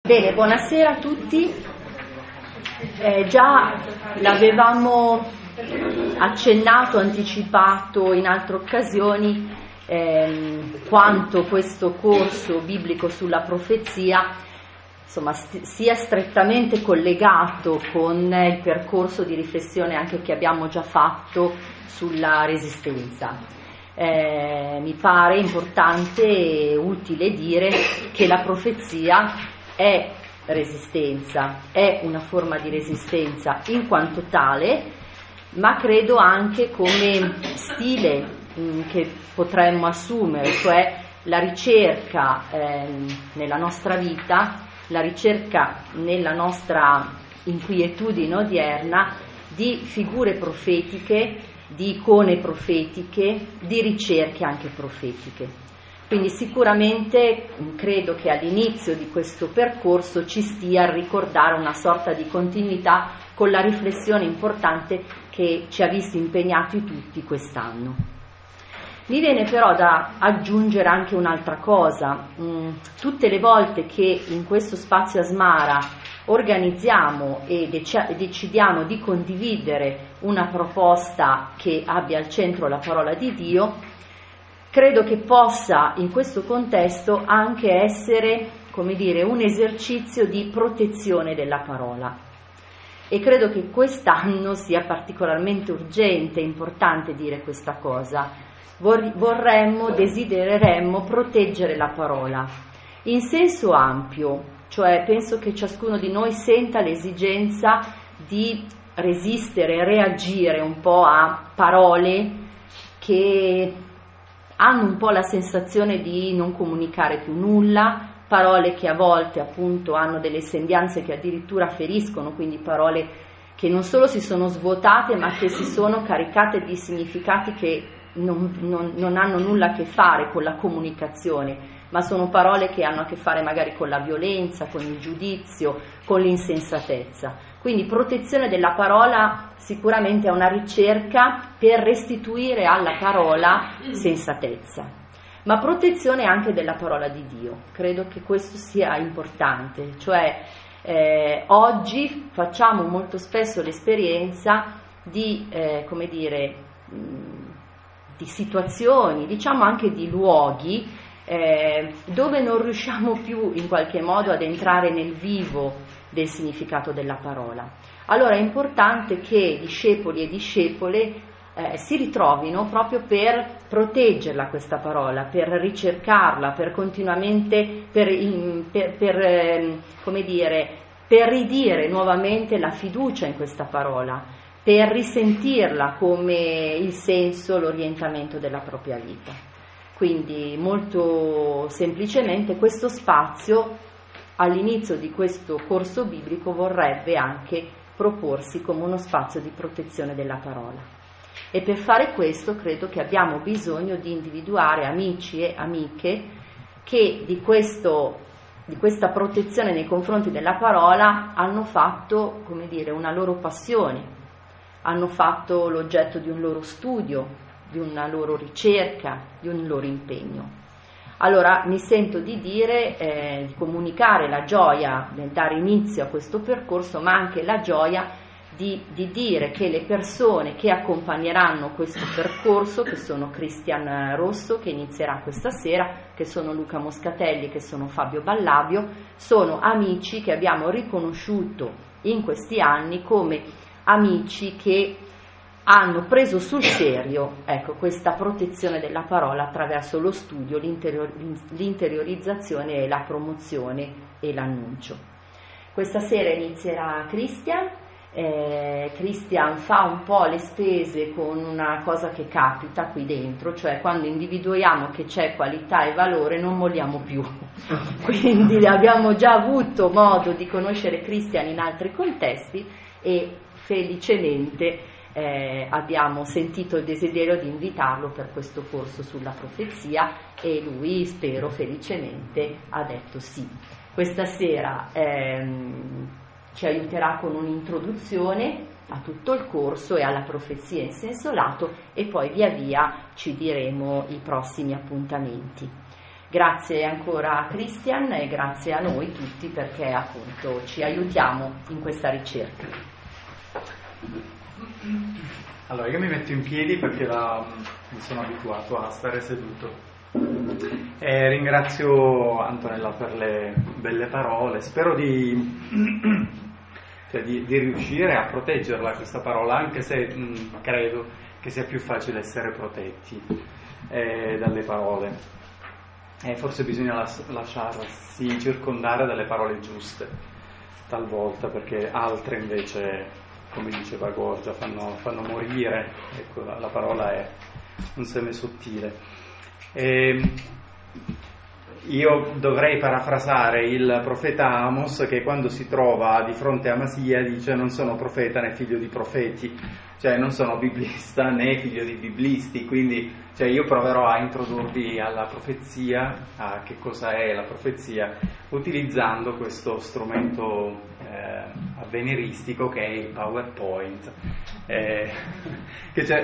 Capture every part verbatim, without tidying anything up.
Bene, buonasera a tutti. Eh, già l'avevamo accennato, anticipato in altre occasioni, ehm, quanto questo corso biblico sulla profezia insomma, st- sia strettamente collegato con il percorso di riflessione anche che abbiamo già fatto sulla resistenza. Eh, mi pare importante e utile dire che la profezia è resistenza, è una forma di resistenza in quanto tale, ma credo anche come stile mh, che potremmo assumere, cioè la ricerca eh, nella nostra vita, la ricerca nella nostra inquietudine odierna di figure profetiche, di icone profetiche, di ricerche anche profetiche. Quindi sicuramente credo che all'inizio di questo percorso ci stia a ricordare una sorta di continuità con la riflessione importante che ci ha visto impegnati tutti quest'anno. Mi viene però da aggiungere anche un'altra cosa. Tutte le volte che in questo spazio Asmara organizziamo e dec- decidiamo di condividere una proposta che abbia al centro la parola di Dio, credo che possa in questo contesto anche essere, come dire, un esercizio di protezione della parola. E credo che quest'anno sia particolarmente urgente e importante dire questa cosa. Vor- vorremmo, desidereremmo proteggere la parola in senso ampio, cioè penso che ciascuno di noi senta l'esigenza di resistere, reagire un po' a parole che hanno un po' la sensazione di non comunicare più nulla, parole che a volte appunto hanno delle sembianze che addirittura feriscono, quindi parole che non solo si sono svuotate ma che si sono caricate di significati che non, non, non hanno nulla a che fare con la comunicazione, ma sono parole che hanno a che fare magari con la violenza, con il giudizio, con l'insensatezza. Quindi protezione della parola sicuramente è una ricerca per restituire alla parola sensatezza, ma protezione anche della parola di Dio. Credo che questo sia importante, cioè eh, oggi facciamo molto spesso l'esperienza di, eh, come dire, mh, di situazioni, diciamo anche di luoghi eh, dove non riusciamo più in qualche modo ad entrare nel vivo del significato della parola. Allora è importante che discepoli e discepole eh, si ritrovino proprio per proteggerla questa parola, per ricercarla, per continuamente, per, in, per, per eh, come dire, per ridire nuovamente la fiducia in questa parola, per risentirla come il senso, l'orientamento della propria vita. Quindi molto semplicemente questo spazio all'inizio di questo corso biblico vorrebbe anche proporsi come uno spazio di protezione della parola. E per fare questo credo che abbiamo bisogno di individuare amici e amiche che di, questo, di questa protezione nei confronti della parola hanno fatto, come dire, una loro passione, hanno fatto l'oggetto di un loro studio, di una loro ricerca, di un loro impegno. Allora mi sento di dire, eh, di comunicare la gioia nel dare inizio a questo percorso, ma anche la gioia di, di dire che le persone che accompagneranno questo percorso, che sono Cristian Rosso, che inizierà questa sera, che sono Luca Moscatelli, che sono Fabio Ballabio, sono amici che abbiamo riconosciuto in questi anni come amici che hanno preso sul serio ecco, questa protezione della parola attraverso lo studio, l'interior- l'interiorizzazione e la promozione e l'annuncio. Questa sera inizierà Cristian. Eh, Cristian fa un po' le spese con una cosa che capita qui dentro, cioè quando individuiamo che c'è qualità e valore non molliamo più. Quindi abbiamo già avuto modo di conoscere Cristian in altri contesti e felicemente Eh, abbiamo sentito il desiderio di invitarlo per questo corso sulla profezia e lui, spero felicemente, ha detto sì. Questa sera ehm, ci aiuterà con un'introduzione a tutto il corso e alla profezia in senso lato e poi via via ci diremo i prossimi appuntamenti. Grazie ancora a Christian e grazie a noi tutti perché appunto ci aiutiamo in questa ricerca. Allora, io mi metto in piedi perché la, mi sono abituato a stare seduto. E ringrazio Antonella per le belle parole. Spero di, cioè di, di riuscire a proteggerla questa parola, anche se mh, credo che sia più facile essere protetti eh, dalle parole. E forse bisogna las- lasciarsi circondare dalle parole giuste talvolta, perché altre invece, come diceva Gorgia, fanno, fanno morire. Ecco, la, la parola è un seme sottile. E io dovrei parafrasare il profeta Amos, che quando si trova di fronte a Masia dice: non sono profeta né figlio di profeti, cioè non sono biblista né figlio di biblisti, quindi cioè, io proverò a introdurvi alla profezia, a che cosa è la profezia, utilizzando questo strumento eh, avveniristico che è il PowerPoint, eh, che cioè,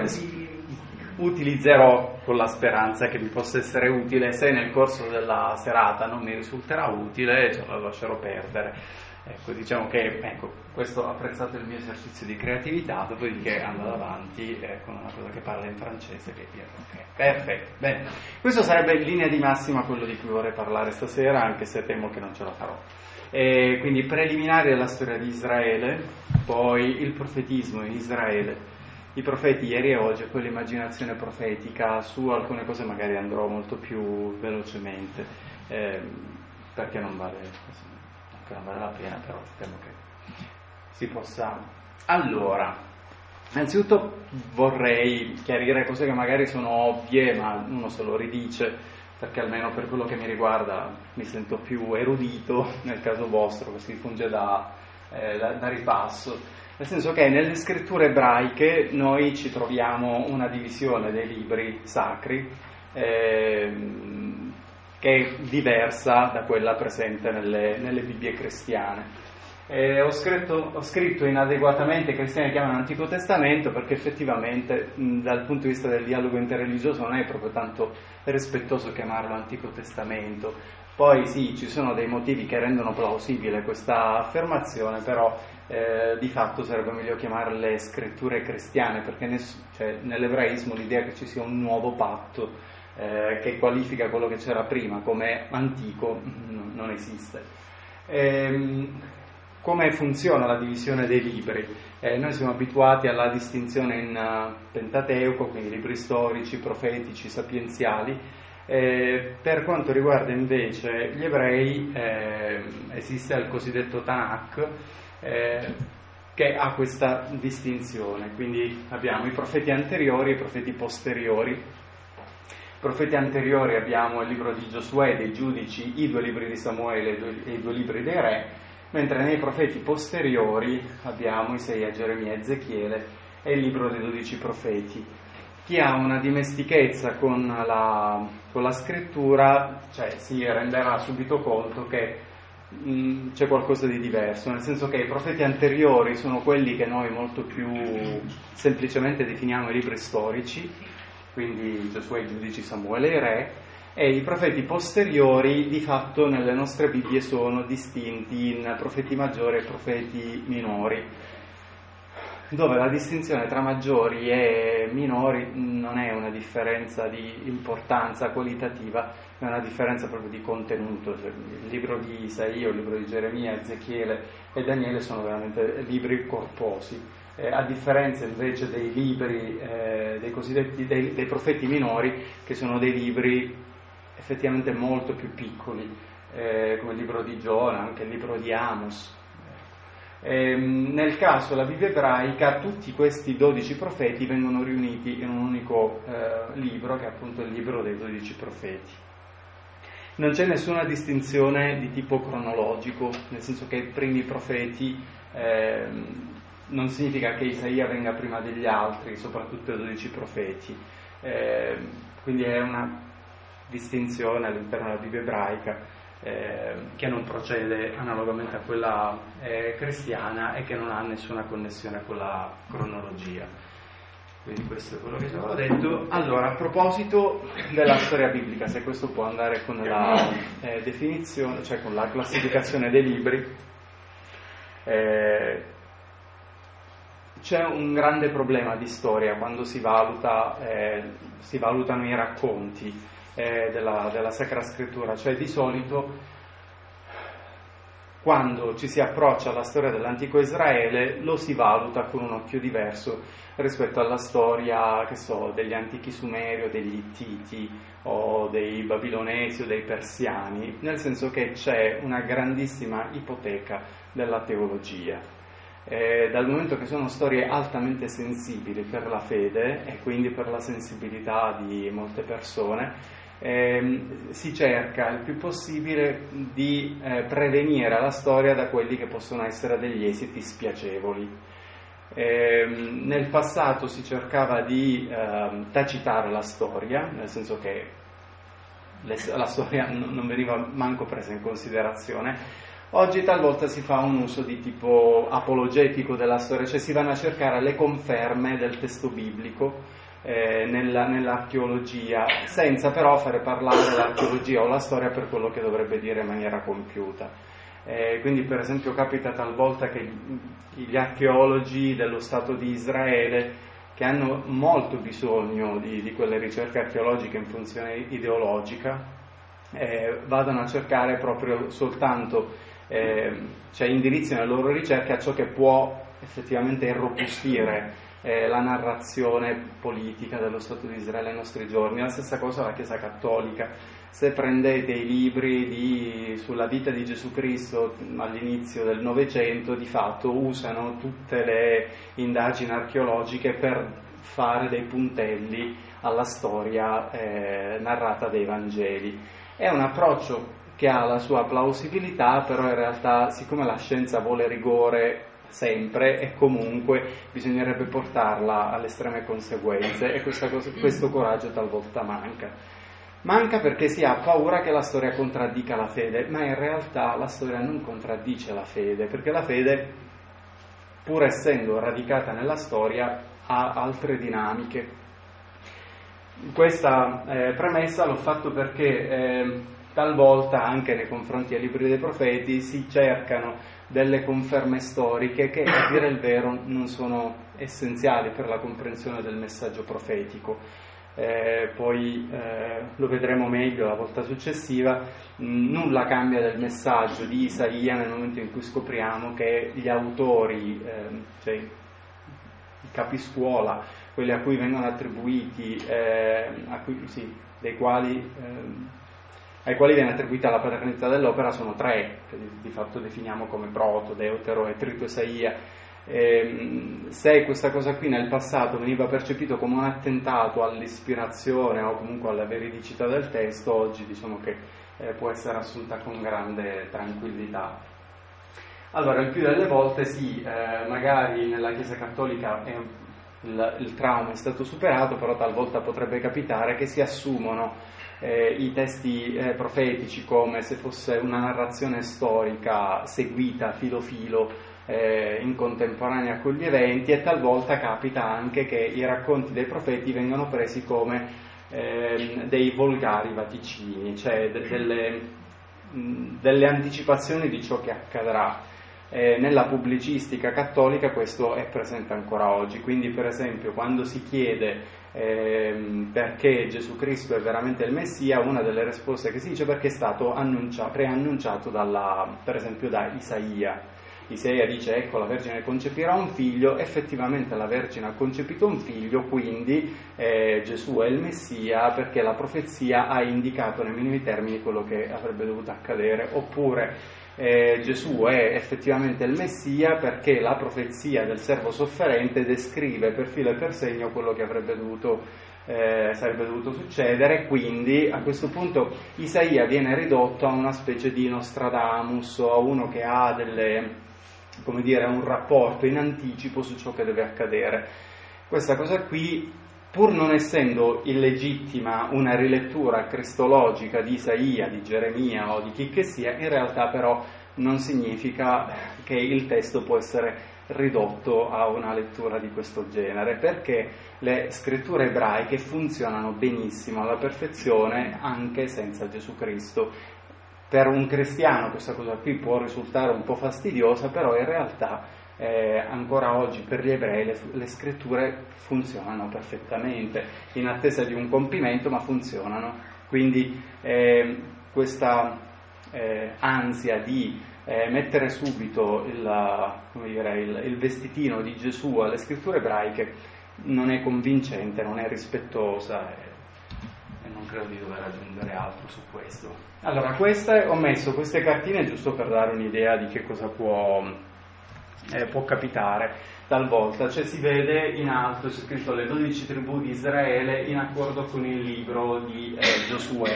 utilizzerò con la speranza che vi possa essere utile. Se nel corso della serata non mi risulterà utile, ce la lascerò perdere. Ecco, diciamo che ecco, questo ho apprezzato il mio esercizio di creatività, dopodiché andando avanti eh, con una cosa che parla in francese che io, okay. Perfetto, bene. Questo sarebbe in linea di massima quello di cui vorrei parlare stasera, anche se temo che non ce la farò. E quindi preliminari della storia di Israele, poi il profetismo in Israele, i profeti ieri e oggi, e poi l'immaginazione profetica. Su alcune cose magari andrò molto più velocemente, eh, perché non vale, che non vale la pena, però temo che si possa. Allora, innanzitutto vorrei chiarire cose che magari sono ovvie, ma uno se lo ridice, perché almeno per quello che mi riguarda mi sento più erudito, nel caso vostro, che si funge da, eh, da, da ripasso. Nel senso che nelle scritture ebraiche noi ci troviamo una divisione dei libri sacri eh, che è diversa da quella presente nelle, nelle Bibbie cristiane. Eh, ho, scritto, ho scritto inadeguatamente, i cristiani chiamano Antico Testamento, perché effettivamente mh, dal punto di vista del dialogo interreligioso non è proprio tanto rispettoso chiamarlo Antico Testamento. Poi sì, ci sono dei motivi che rendono plausibile questa affermazione, però eh, di fatto sarebbe meglio chiamarle scritture cristiane, perché ness- cioè, nell'ebraismo l'idea che ci sia un nuovo patto eh, che qualifica quello che c'era prima come antico n- non esiste. Ehm, Come funziona la divisione dei libri? Eh, noi siamo abituati alla distinzione in uh, Pentateuco, quindi libri storici, profetici, sapienziali. Eh, per quanto riguarda invece gli ebrei, eh, esiste il cosiddetto Tanakh, eh, che ha questa distinzione. Quindi abbiamo i profeti anteriori e i profeti posteriori. I profeti anteriori abbiamo il libro di Giosuè, dei giudici, i due libri di Samuele e i due, e i due libri dei re, mentre nei profeti posteriori abbiamo Isaia, Geremia e Ezechiele e il libro dei dodici profeti. Chi ha una dimestichezza con la, con la scrittura, cioè, si renderà subito conto che mh, c'è qualcosa di diverso, nel senso che i profeti anteriori sono quelli che noi molto più semplicemente definiamo i libri storici, quindi Giosuè, i giudici, Samuele e i re, e i profeti posteriori di fatto nelle nostre Bibbie sono distinti in profeti maggiori e profeti minori, dove la distinzione tra maggiori e minori non è una differenza di importanza qualitativa, è una differenza proprio di contenuto. Cioè, il libro di Isaia, il libro di Geremia, Ezechiele e Daniele sono veramente libri corposi, eh, a differenza invece dei libri eh, dei cosiddetti dei, dei profeti minori, che sono dei libri effettivamente molto più piccoli, eh, come il libro di Giona, anche il libro di Amos. Eh, nel caso della Bibbia ebraica tutti questi dodici profeti vengono riuniti in un unico eh, libro, che è appunto il libro dei dodici profeti. Non c'è nessuna distinzione di tipo cronologico, nel senso che i primi profeti eh, non significa che Isaia venga prima degli altri, soprattutto i dodici profeti, eh, quindi è una distinzione all'interno della Bibbia ebraica eh, che non procede analogamente a quella eh, cristiana e che non ha nessuna connessione con la cronologia. Quindi questo è quello che ci avevo detto. Allora, a proposito della storia biblica, se questo può andare con la eh, definizione, cioè con la classificazione dei libri, eh, c'è un grande problema di storia quando si valuta, eh, si valutano i racconti eh, della, della Sacra Scrittura, cioè di solito quando ci si approccia alla storia dell'antico Israele lo si valuta con un occhio diverso rispetto alla storia, che so, degli antichi Sumeri o degli Ittiti o dei Babilonesi o dei Persiani, nel senso che c'è una grandissima ipoteca della teologia. Eh, dal momento che sono storie altamente sensibili per la fede e quindi per la sensibilità di molte persone, Eh, si cerca il più possibile di eh, prevenire la storia da quelli che possono essere degli esiti spiacevoli. Eh, nel passato si cercava di eh, tacitare la storia, nel senso che le, la storia n- non veniva manco presa in considerazione. Oggi talvolta si fa un uso di tipo apologetico della storia, cioè si vanno a cercare le conferme del testo biblico Eh, nella, nell'archeologia, senza però fare parlare l'archeologia o la storia per quello che dovrebbe dire in maniera compiuta. Eh, quindi per esempio capita talvolta che gli archeologi dello Stato di Israele, che hanno molto bisogno di, di quelle ricerche archeologiche in funzione ideologica, eh, vadano a cercare proprio soltanto, eh, cioè indirizzino le loro ricerche a ciò che può effettivamente irrobustire Eh, la narrazione politica dello Stato di Israele ai nostri giorni. La stessa cosa la Chiesa Cattolica. Se prendete i libri di, sulla vita di Gesù Cristo all'inizio del Novecento, di fatto usano tutte le indagini archeologiche per fare dei puntelli alla storia eh, narrata dei Vangeli. È un approccio che ha la sua plausibilità, però in realtà, siccome la scienza vuole rigore sempre e comunque, bisognerebbe portarla alle estreme conseguenze, e questa cosa, questo coraggio talvolta manca. Manca perché si ha paura che la storia contraddica la fede, ma in realtà la storia non contraddice la fede, perché la fede, pur essendo radicata nella storia, ha altre dinamiche. Questa eh, premessa l'ho fatto perché eh, talvolta anche nei confronti dei libri dei profeti si cercano delle conferme storiche che, a dire il vero, non sono essenziali per la comprensione del messaggio profetico. Eh, poi eh, lo vedremo meglio la volta successiva. Mh, nulla cambia del messaggio di Isaia nel momento in cui scopriamo che gli autori, eh, cioè i capiscuola, quelli a cui vengono attribuiti, eh, a cui, sì, dei quali eh, ai quali viene attribuita la paternità dell'opera, sono tre, che di, di fatto definiamo come Proto, Deutero e Trito Isaia. E, se questa cosa qui nel passato veniva percepito come un attentato all'ispirazione o comunque alla veridicità del testo, oggi diciamo che eh, può essere assunta con grande tranquillità. Allora, il più delle volte sì, eh, magari nella Chiesa Cattolica è, il, il trauma è stato superato, però talvolta potrebbe capitare che si assumono Eh, i testi eh, profetici come se fosse una narrazione storica seguita filo filo eh, in contemporanea con gli eventi, e talvolta capita anche che i racconti dei profeti vengano presi come eh, dei volgari vaticini, cioè de- delle, mh, delle anticipazioni di ciò che accadrà. Eh, nella pubblicistica cattolica questo è presente ancora oggi, quindi per esempio quando si chiede eh, perché Gesù Cristo è veramente il Messia, una delle risposte che si dice perché è stato annunciato, preannunciato dalla, per esempio da Isaia. Isaia dice: ecco, la Vergine concepirà un figlio, effettivamente la Vergine ha concepito un figlio, quindi eh, Gesù è il Messia, perché la profezia ha indicato nei minimi termini quello che avrebbe dovuto accadere. Oppure Eh, Gesù è effettivamente il Messia perché la profezia del servo sofferente descrive per filo e per segno quello che avrebbe dovuto, eh, sarebbe dovuto succedere. Quindi a questo punto Isaia viene ridotto a una specie di Nostradamus, o a uno che ha delle, come dire, un rapporto in anticipo su ciò che deve accadere. Questa cosa qui, pur non essendo illegittima una rilettura cristologica di Isaia, di Geremia o di chi che sia, in realtà però non significa che il testo può essere ridotto a una lettura di questo genere, perché le scritture ebraiche funzionano benissimo, alla perfezione, anche senza Gesù Cristo. Per un cristiano questa cosa qui può risultare un po' fastidiosa, però in realtà eh, ancora oggi per gli ebrei le, le scritture funzionano perfettamente, in attesa di un compimento, ma funzionano. Quindi eh, questa eh, ansia di eh, mettere subito il, come dire, il, il vestitino di Gesù alle scritture ebraiche non è convincente, non è rispettosa, e, e non credo di dover aggiungere altro su questo. Allora, queste, ho messo queste cartine giusto per dare un'idea di che cosa può, eh, può capitare talvolta. Cioè si vede in alto, c'è scritto le dodici tribù di Israele in accordo con il libro di eh, Giosuè.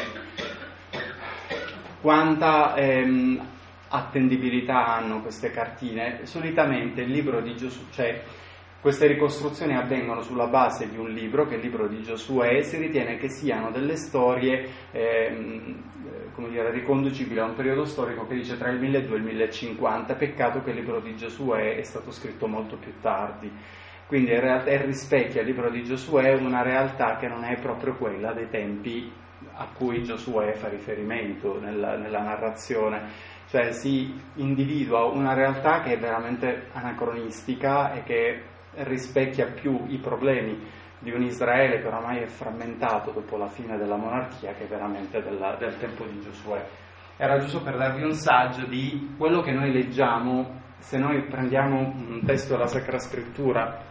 Quanta ehm, attendibilità hanno queste cartine? Solitamente il libro di Giosuè, cioè queste ricostruzioni avvengono sulla base di un libro, che è il libro di Giosuè, e si ritiene che siano delle storie ehm, come dire, riconducibili a un periodo storico che dice tra il milleduecento e il millecinquanta. Peccato che il libro di Giosuè è stato scritto molto più tardi, quindi in realtà rispecchia il libro di Giosuè una realtà che non è proprio quella dei tempi a cui Giosuè fa riferimento nella, nella narrazione. Cioè si individua una realtà che è veramente anacronistica e che rispecchia più i problemi di un Israele che oramai è frammentato dopo la fine della monarchia, che veramente della, del tempo di Giosuè. Era giusto per darvi un saggio di quello che noi leggiamo. Se noi prendiamo un testo della Sacra Scrittura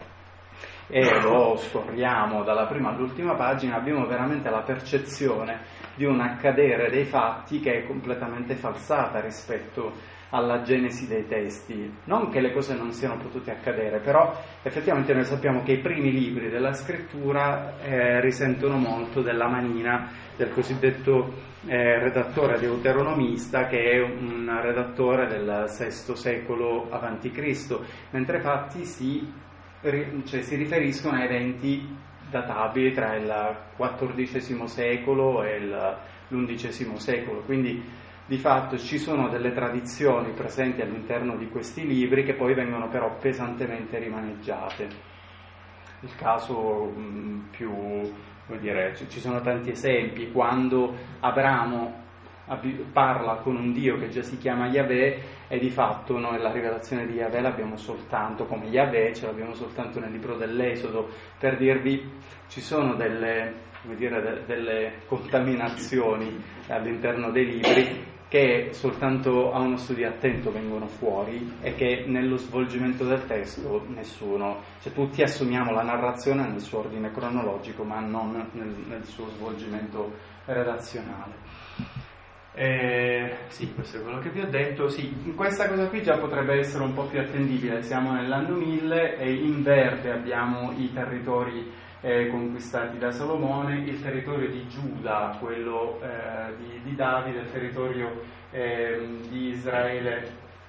e lo scorriamo dalla prima all'ultima pagina, abbiamo veramente la percezione di un accadere dei fatti che è completamente falsata rispetto alla genesi dei testi. Non che le cose non siano potute accadere, però effettivamente noi sappiamo che i primi libri della scrittura eh, risentono molto della manina del cosiddetto eh, redattore deuteronomista, che è un redattore del sesto secolo avanti Cristo, mentre i fatti si, cioè, si riferiscono a eventi databili tra il quattordicesimo secolo e il, l'undicesimo secolo, quindi di fatto ci sono delle tradizioni presenti all'interno di questi libri che poi vengono però pesantemente rimaneggiate. Il caso mh, più, come dire, ci sono tanti esempi. Quando Abramo parla con un Dio che già si chiama Yahweh, e di fatto noi la rivelazione di Yahweh l'abbiamo soltanto come Yahweh, ce l'abbiamo soltanto nel libro dell'Esodo. Per dirvi, ci sono delle, come dire, de- delle contaminazioni all'interno dei libri che soltanto a uno studio attento vengono fuori e che nello svolgimento del testo nessuno, cioè tutti assumiamo la narrazione nel suo ordine cronologico ma non nel, nel suo svolgimento redazionale. Eh, sì, questo è quello che vi ho detto. Sì, questa cosa qui già potrebbe essere un po' più attendibile. Siamo nell'anno mille e in verde abbiamo i territori eh, conquistati da Salomone, il territorio di Giuda, quello eh, di, di Davide, il territorio eh, di Israele,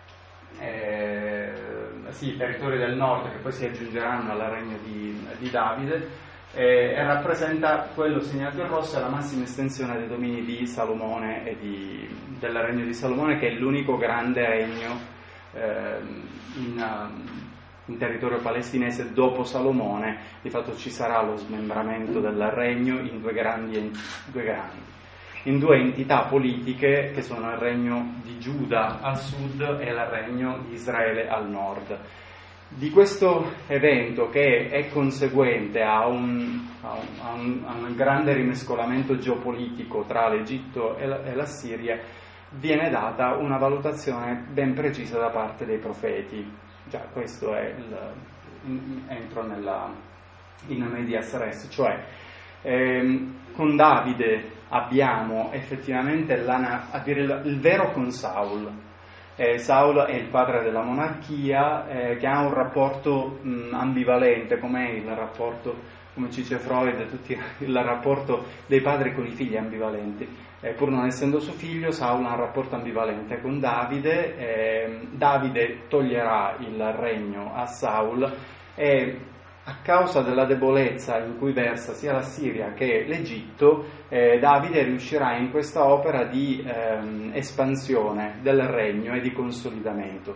eh, sì, i territori del nord che poi si aggiungeranno al regno di, di Davide. Eh, e rappresenta quello segnato in rosso la massima estensione dei domini di Salomone e di, del regno di Salomone, che è l'unico grande regno eh, in, in territorio palestinese dopo Salomone. Di fatto ci sarà lo smembramento del regno in due grandi, due grandi in due entità politiche che sono il regno di Giuda al sud e il regno di Israele al nord. Di questo evento, che è conseguente a un, a un, a un, a un grande rimescolamento geopolitico tra l'Egitto e, la, e la Siria, viene data una valutazione ben precisa da parte dei profeti. Già, questo è il, in, entro nella in medias res, cioè ehm, con Davide abbiamo effettivamente la, a dire il, il vero con Saul. Eh, Saul è il padre della monarchia, eh, che ha un rapporto mh, ambivalente, come il rapporto, come dice Freud, tutti, il rapporto dei padri con i figli ambivalenti. Eh, pur non essendo suo figlio, Saul ha un rapporto ambivalente con Davide. Eh, Davide toglierà il regno a Saul e a causa della debolezza in cui versa sia la Siria che l'Egitto, eh, Davide riuscirà in questa opera di ehm, espansione del regno e di consolidamento.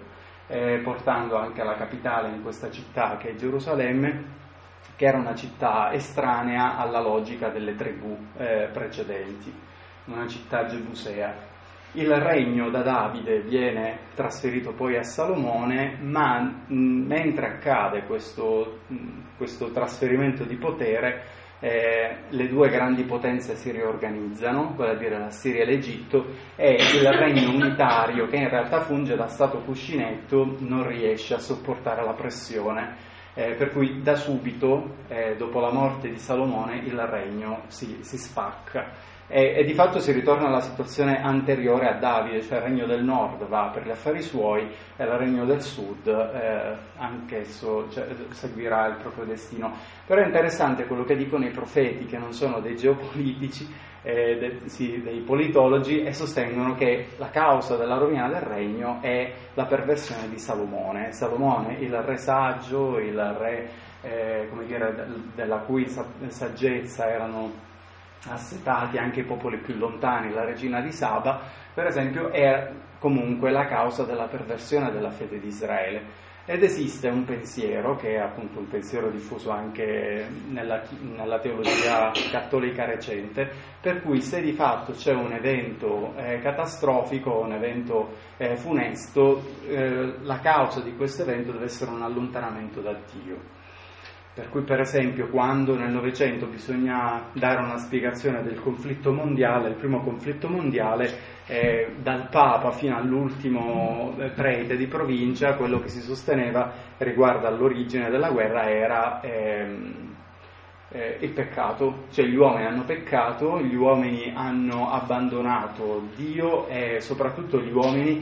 eh, portando anche la capitale in questa città che è Gerusalemme, che era una città estranea alla logica delle tribù eh, precedenti, una città gebusea. Il regno da Davide viene trasferito poi a Salomone, ma mh, mentre accade questo, mh, questo trasferimento di potere, eh, le due grandi potenze si riorganizzano, vale a dire la Siria e l'Egitto, e il regno unitario, che in realtà funge da stato cuscinetto, non riesce a sopportare la pressione, eh, per cui da subito, eh, dopo la morte di Salomone, il regno si, si spacca. E, e di fatto si ritorna alla situazione anteriore a Davide, cioè il regno del nord va per gli affari suoi e il regno del sud eh, anch'esso cioè, seguirà il proprio destino. Però è interessante quello che dicono i profeti, che non sono dei geopolitici, eh, de, sì, dei politologi, e sostengono che la causa della rovina del regno è la perversione di Salomone. Salomone, il re saggio, il re eh, come dire, della cui saggezza erano assetati anche i popoli più lontani, la regina di Saba, per esempio, è comunque la causa della perversione della fede di Israele. Ed esiste un pensiero, che è appunto un pensiero diffuso anche nella, nella teologia cattolica recente, per cui se di fatto c'è un evento eh, catastrofico, un evento eh, funesto, eh, la causa di questo evento deve essere un allontanamento da Dio. Per cui, per esempio, quando nel Novecento bisogna dare una spiegazione del conflitto mondiale, il primo conflitto mondiale, eh, dal Papa fino all'ultimo prete di provincia, quello che si sosteneva riguardo all'origine della guerra era ehm, eh, il peccato, cioè gli uomini hanno peccato, gli uomini hanno abbandonato Dio e soprattutto gli uomini...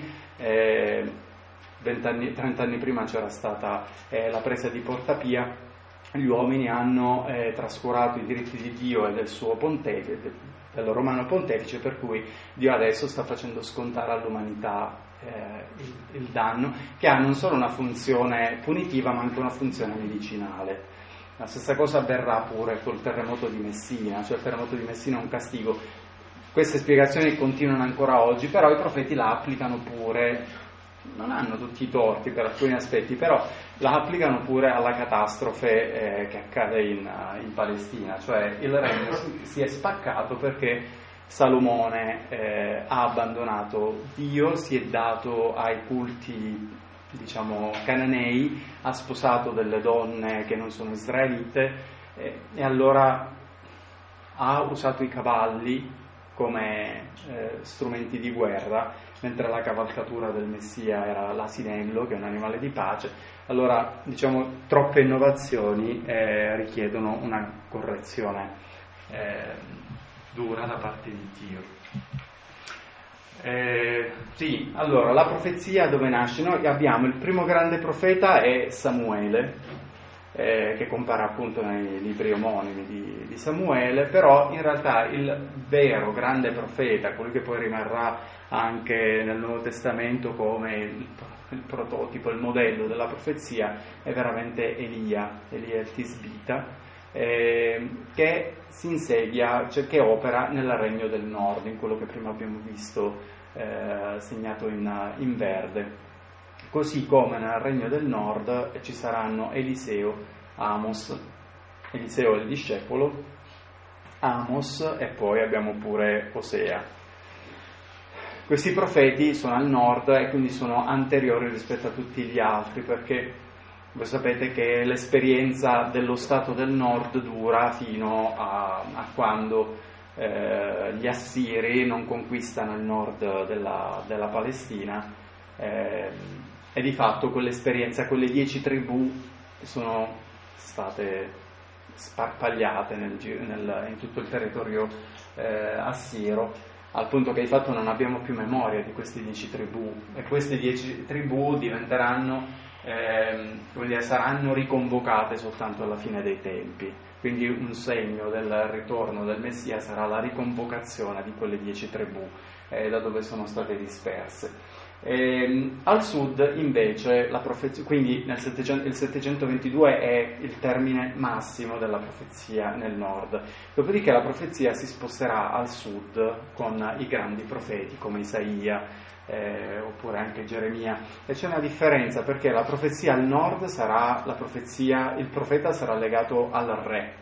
Eh, vent'anni, trent'anni prima c'era stata eh, la presa di Porta Pia. Gli uomini hanno eh, trascurato i diritti di Dio e del suo pontefice, del romano pontefice, per cui Dio adesso sta facendo scontare all'umanità eh, il, il danno, che ha non solo una funzione punitiva ma anche una funzione medicinale. La stessa cosa avverrà pure col terremoto di Messina, cioè il terremoto di Messina è un castigo. Queste spiegazioni continuano ancora oggi, però i profeti la applicano pure. Non hanno tutti i torti per alcuni aspetti, però la applicano pure alla catastrofe eh, che accade in, in Palestina, cioè il regno si è spaccato perché Salomone eh, ha abbandonato Dio, si è dato ai culti, diciamo, cananei, ha sposato delle donne che non sono israelite eh, e allora ha usato i cavalli come eh, strumenti di guerra, mentre la cavalcatura del Messia era l'asinello, che è un animale di pace. Allora, diciamo, troppe innovazioni eh, richiedono una correzione eh, dura da parte di Dio. Eh, sì, allora, la profezia dove nasce? Noi abbiamo il primo grande profeta è Samuele, Eh, che compare appunto nei libri omonimi di, di Samuele, però in realtà il vero grande profeta, colui che poi rimarrà anche nel Nuovo Testamento come il, il prototipo, il modello della profezia, è veramente Elia, Elia il Tisbita, eh, che si insedia, cioè che opera nel regno del nord, in quello che prima abbiamo visto eh, segnato in, in verde. Così come nel regno del nord ci saranno Eliseo, Amos, Eliseo è il discepolo, Amos e poi abbiamo pure Osea. Questi profeti sono al nord e quindi sono anteriori rispetto a tutti gli altri, perché voi sapete che l'esperienza dello Stato del nord dura fino a, a quando eh, gli assiri non conquistano il nord della, della Palestina. Eh, E di fatto quell'esperienza, quelle dieci tribù sono state sparpagliate nel, nel, in tutto il territorio eh, assiro, al punto che di fatto non abbiamo più memoria di queste dieci tribù, e queste dieci tribù diventeranno, eh, come dire, saranno riconvocate soltanto alla fine dei tempi. Quindi un segno del ritorno del Messia sarà la riconvocazione di quelle dieci tribù eh, da dove sono state disperse. E, al sud invece la profezia, quindi nel settecento, il settecentoventidue è il termine massimo della profezia nel nord, dopodiché la profezia si sposterà al sud con i grandi profeti come Isaia, eh, oppure anche Geremia. E c'è una differenza, perché la profezia al nord sarà la profezia, il profeta sarà legato al re,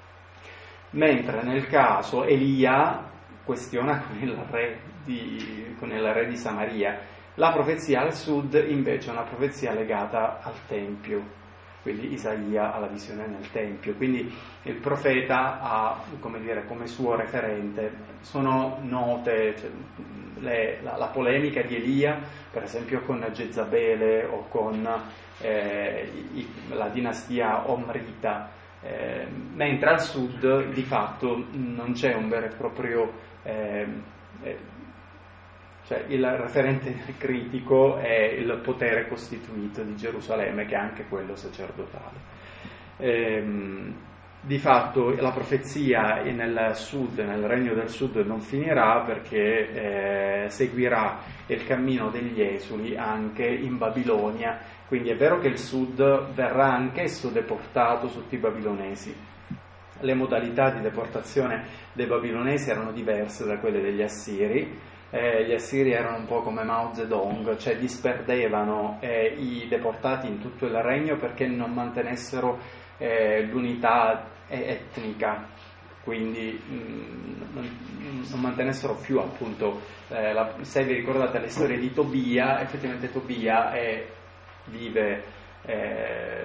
mentre nel caso Elia questiona con il re di, con il re di Samaria. La profezia al sud invece è una profezia legata al Tempio, quindi Isaia ha la visione nel Tempio, quindi il profeta ha, come dire, come suo referente. Sono note, cioè, le, la, la polemica di Elia, per esempio con Jezabele o con eh, i, la dinastia Omrita, eh, mentre al sud di fatto non c'è un vero e proprio eh, eh, cioè il referente critico è il potere costituito di Gerusalemme, che è anche quello sacerdotale. Ehm, di fatto la profezia nel sud, nel regno del sud, non finirà, perché eh, seguirà il cammino degli esuli anche in Babilonia. Quindi è vero che il sud verrà anch'esso deportato sotto i babilonesi. Le modalità di deportazione dei babilonesi erano diverse da quelle degli assiri. Eh, gli assiri erano un po' come Mao Zedong, cioè disperdevano eh, i deportati in tutto il regno perché non mantenessero eh, l'unità etnica, quindi mh, non, non mantenessero più appunto, eh, la, se vi ricordate le storie di Tobia, effettivamente Tobia è, vive, eh,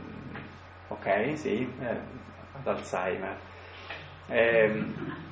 ok, sì, eh, ad Alzheimer, eh,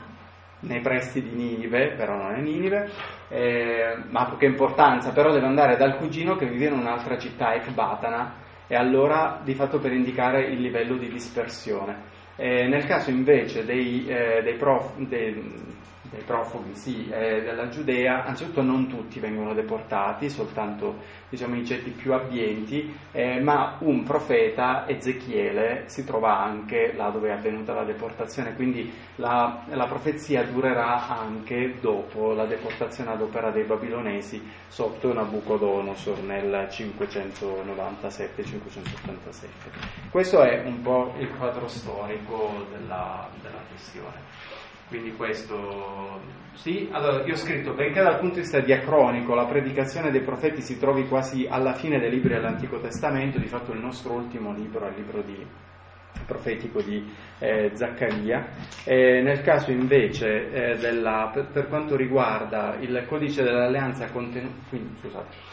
nei pressi di Ninive, però non è Ninive, eh, ma ha poca importanza, però deve andare dal cugino che vive in un'altra città, Ecbatana, e allora di fatto per indicare il livello di dispersione. Eh, nel caso invece dei, eh, dei, prof, dei, dei profughi sì, eh, della Giudea, anzitutto non tutti vengono deportati, soltanto diciamo i ceti più abbienti, eh, ma un profeta, Ezechiele, si trova anche là dove è avvenuta la deportazione, quindi la, la profezia durerà anche dopo la deportazione ad opera dei babilonesi sotto Nabucodonosor nel cinquecentonovantasette cinquecentottantasette. Questo è un po' il quadro storico della, della questione. Quindi questo, sì, allora io ho scritto, benché dal punto di vista diacronico la predicazione dei profeti si trovi quasi alla fine dei libri dell'Antico Testamento, di fatto il nostro ultimo libro è il libro di, profetico di eh, Zaccaria, eh, nel caso invece eh, della, per, per quanto riguarda il codice dell'alleanza contenuto, quindi scusate,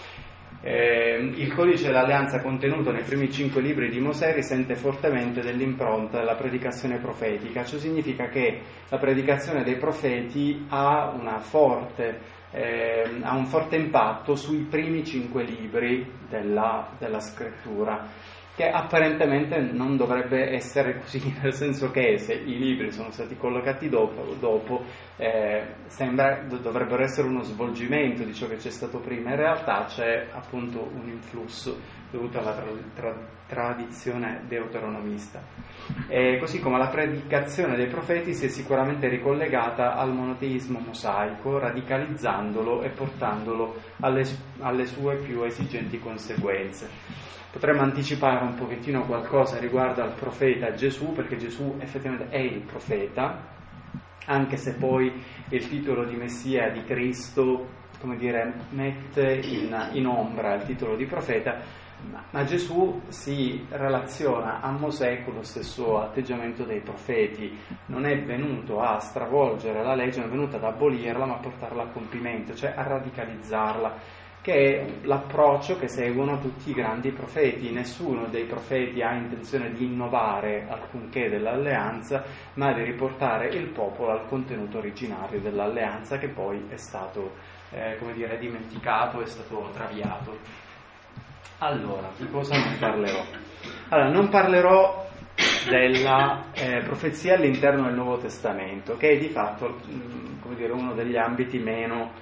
Eh, il codice dell'alleanza contenuto nei primi cinque libri di Mosè risente fortemente dell'impronta della predicazione profetica. Ciò significa che la predicazione dei profeti ha, una forte, eh, ha un forte impatto sui primi cinque libri della, della scrittura, che apparentemente non dovrebbe essere così, nel senso che se i libri sono stati collocati dopo, dopo eh, sembra dovrebbero essere uno svolgimento di ciò che c'è stato prima. In realtà c'è appunto un influsso dovuto alla tra, tra, tradizione deuteronomista, e così come la predicazione dei profeti si è sicuramente ricollegata al monoteismo mosaico, radicalizzandolo e portandolo alle, alle sue più esigenti conseguenze. Potremmo anticipare un pochettino qualcosa riguardo al profeta Gesù, perché Gesù effettivamente è il profeta, anche se poi il titolo di Messia, di Cristo, come dire, mette in, in ombra il titolo di profeta, ma, ma Gesù si relaziona a Mosè con lo stesso atteggiamento dei profeti. Non è venuto a stravolgere la legge, non è venuto ad abolirla, ma a portarla a compimento, cioè a radicalizzarla, che è l'approccio che seguono tutti i grandi profeti. Nessuno dei profeti ha intenzione di innovare alcunché dell'alleanza, ma di riportare il popolo al contenuto originario dell'alleanza, che poi è stato, eh, come dire, dimenticato, è stato traviato. Allora, di cosa non parlerò? Allora, non parlerò della eh, profezia all'interno del Nuovo Testamento, che è di fatto, mh, come dire, uno degli ambiti meno,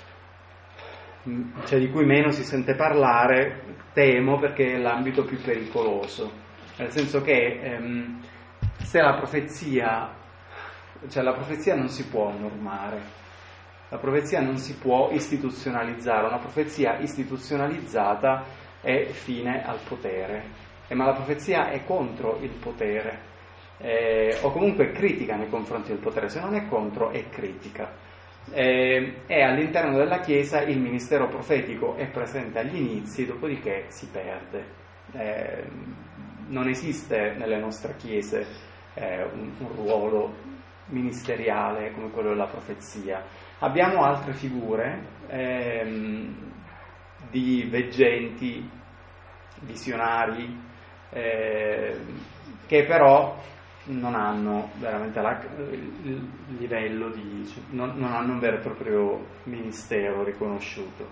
cioè di cui meno si sente parlare, temo, perché è l'ambito più pericoloso, nel senso che ehm, se la profezia, cioè la profezia non si può normare, la profezia non si può istituzionalizzare, una profezia istituzionalizzata è fine al potere, eh, ma la profezia è contro il potere, eh, o comunque critica nei confronti del potere. Se non è contro, è critica. eh, e all'interno della Chiesa il ministero profetico è presente agli inizi, dopodiché si perde. Eh, non esiste nelle nostre chiese eh, un, un ruolo ministeriale come quello della profezia. Abbiamo altre figure ehm, di veggenti, visionari, eh, che però non hanno veramente la, il livello di, non, non hanno un vero e proprio ministero riconosciuto.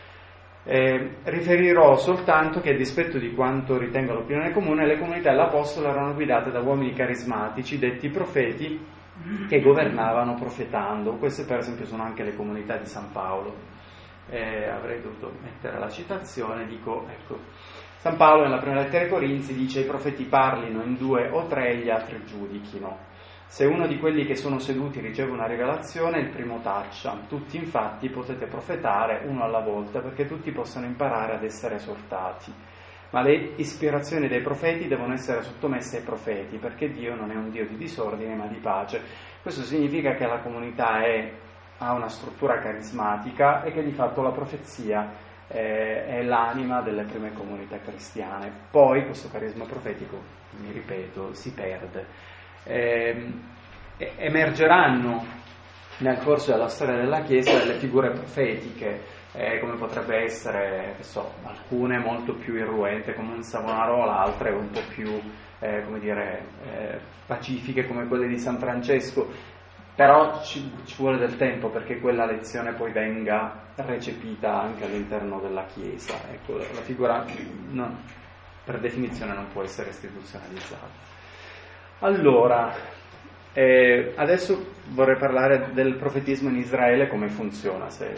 Eh, riferirò soltanto che, a dispetto di quanto ritenga l'opinione comune, le comunità dell'Apostolo erano guidate da uomini carismatici, detti profeti, che governavano profetando. Queste per esempio sono anche le comunità di San Paolo. Eh, avrei dovuto mettere la citazione, dico, ecco, San Paolo nella prima lettera ai Corinzi dice: i profeti parlino in due o tre e gli altri giudichino. Se uno di quelli che sono seduti riceve una rivelazione, il primo taccia. Tutti infatti potete profetare uno alla volta, perché tutti possano imparare ad essere esortati. Ma le ispirazioni dei profeti devono essere sottomesse ai profeti, perché Dio non è un Dio di disordine ma di pace. Questo significa che la comunità è, ha una struttura carismatica e che di fatto la profezia eh, è l'anima delle prime comunità cristiane. Poi questo carisma profetico, mi ripeto, si perde. Eh, emergeranno nel corso della storia della Chiesa delle figure profetiche, eh, come potrebbe essere, che so, alcune molto più irruente come un Savonarola, altre un po' più eh, come dire eh, pacifiche come quelle di San Francesco, però ci, ci vuole del tempo perché quella lezione poi venga recepita anche all'interno della Chiesa. Ecco, la figura no, per definizione non può essere istituzionalizzata. Allora, eh, adesso vorrei parlare del profetismo in Israele, come funziona, se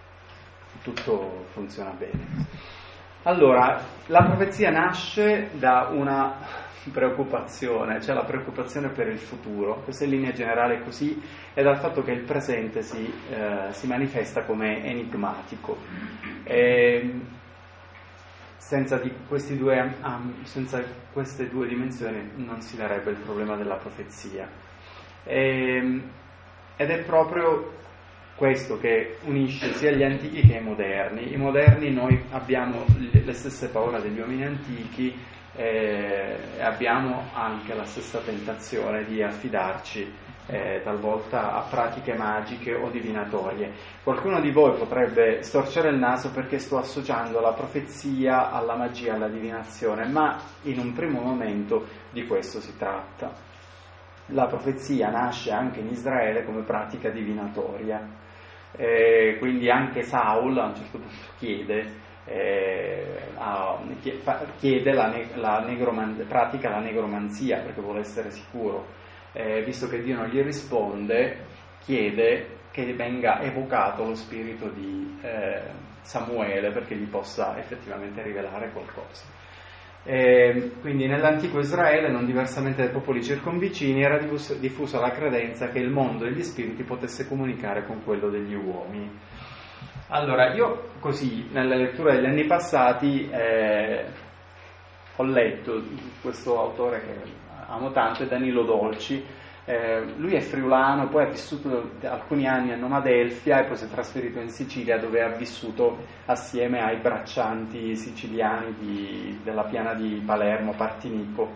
tutto funziona bene. Allora, la profezia nasce da una preoccupazione, cioè la preoccupazione per il futuro, questa è in linea generale così, e dal fatto che il presente si, eh, si manifesta come enigmatico. E, senza, di questi due, um, senza queste due dimensioni non si darebbe il problema della profezia. E, ed è proprio questo che unisce sia gli antichi che i moderni. I moderni, noi abbiamo le stesse paure degli uomini antichi e eh, abbiamo anche la stessa tentazione di affidarci eh, talvolta a pratiche magiche o divinatorie. Qualcuno di voi potrebbe storcere il naso perché sto associando la profezia alla magia, alla divinazione, ma in un primo momento di questo si tratta. La profezia nasce anche in Israele come pratica divinatoria, eh, quindi anche Saul a un certo punto chiede Eh, a, chiede la, la negroman, pratica la negromanzia perché vuole essere sicuro, eh, visto che Dio non gli risponde, chiede che venga evocato lo spirito di eh, Samuele perché gli possa effettivamente rivelare qualcosa. Eh, quindi nell'antico Israele, non diversamente dai popoli circonvicini, era diffusa, diffusa la credenza che il mondo degli spiriti potesse comunicare con quello degli uomini. Allora, io così, nella lettura degli anni passati, eh, ho letto questo autore che amo tanto, è Danilo Dolci. Eh, lui è friulano, poi ha vissuto alcuni anni a Noma Delfia e poi si è trasferito in Sicilia, dove ha vissuto assieme ai braccianti siciliani di, della piana di Palermo, Partinico.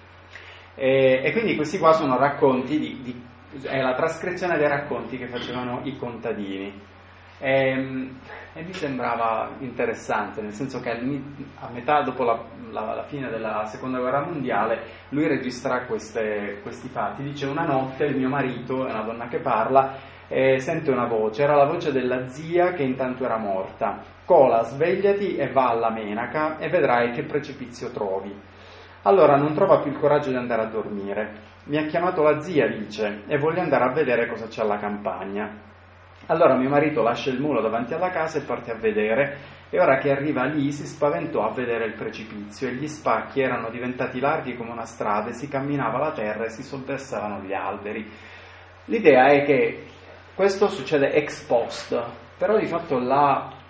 E, e quindi questi qua sono racconti, di, di, è la trascrizione dei racconti che facevano i contadini. E, e mi sembrava interessante, nel senso che a metà dopo la, la, la fine della seconda guerra mondiale lui registra queste, questi fatti. Dice: una notte il mio marito, è una donna che parla, e sente una voce, era la voce della zia che intanto era morta: Cola, svegliati e va alla Menaca e vedrai che precipizio trovi. Allora non trova più il coraggio di andare a dormire, mi ha chiamato la zia, dice, e voglio andare a vedere cosa c'è alla campagna. Allora mio marito lascia il mulo davanti alla casa e parte a vedere, e ora che arriva lì si spaventò a vedere il precipizio e gli spacchi erano diventati larghi come una strada e si camminava la terra e si sovversavano gli alberi. L'idea è che questo succede ex post, però di fatto la,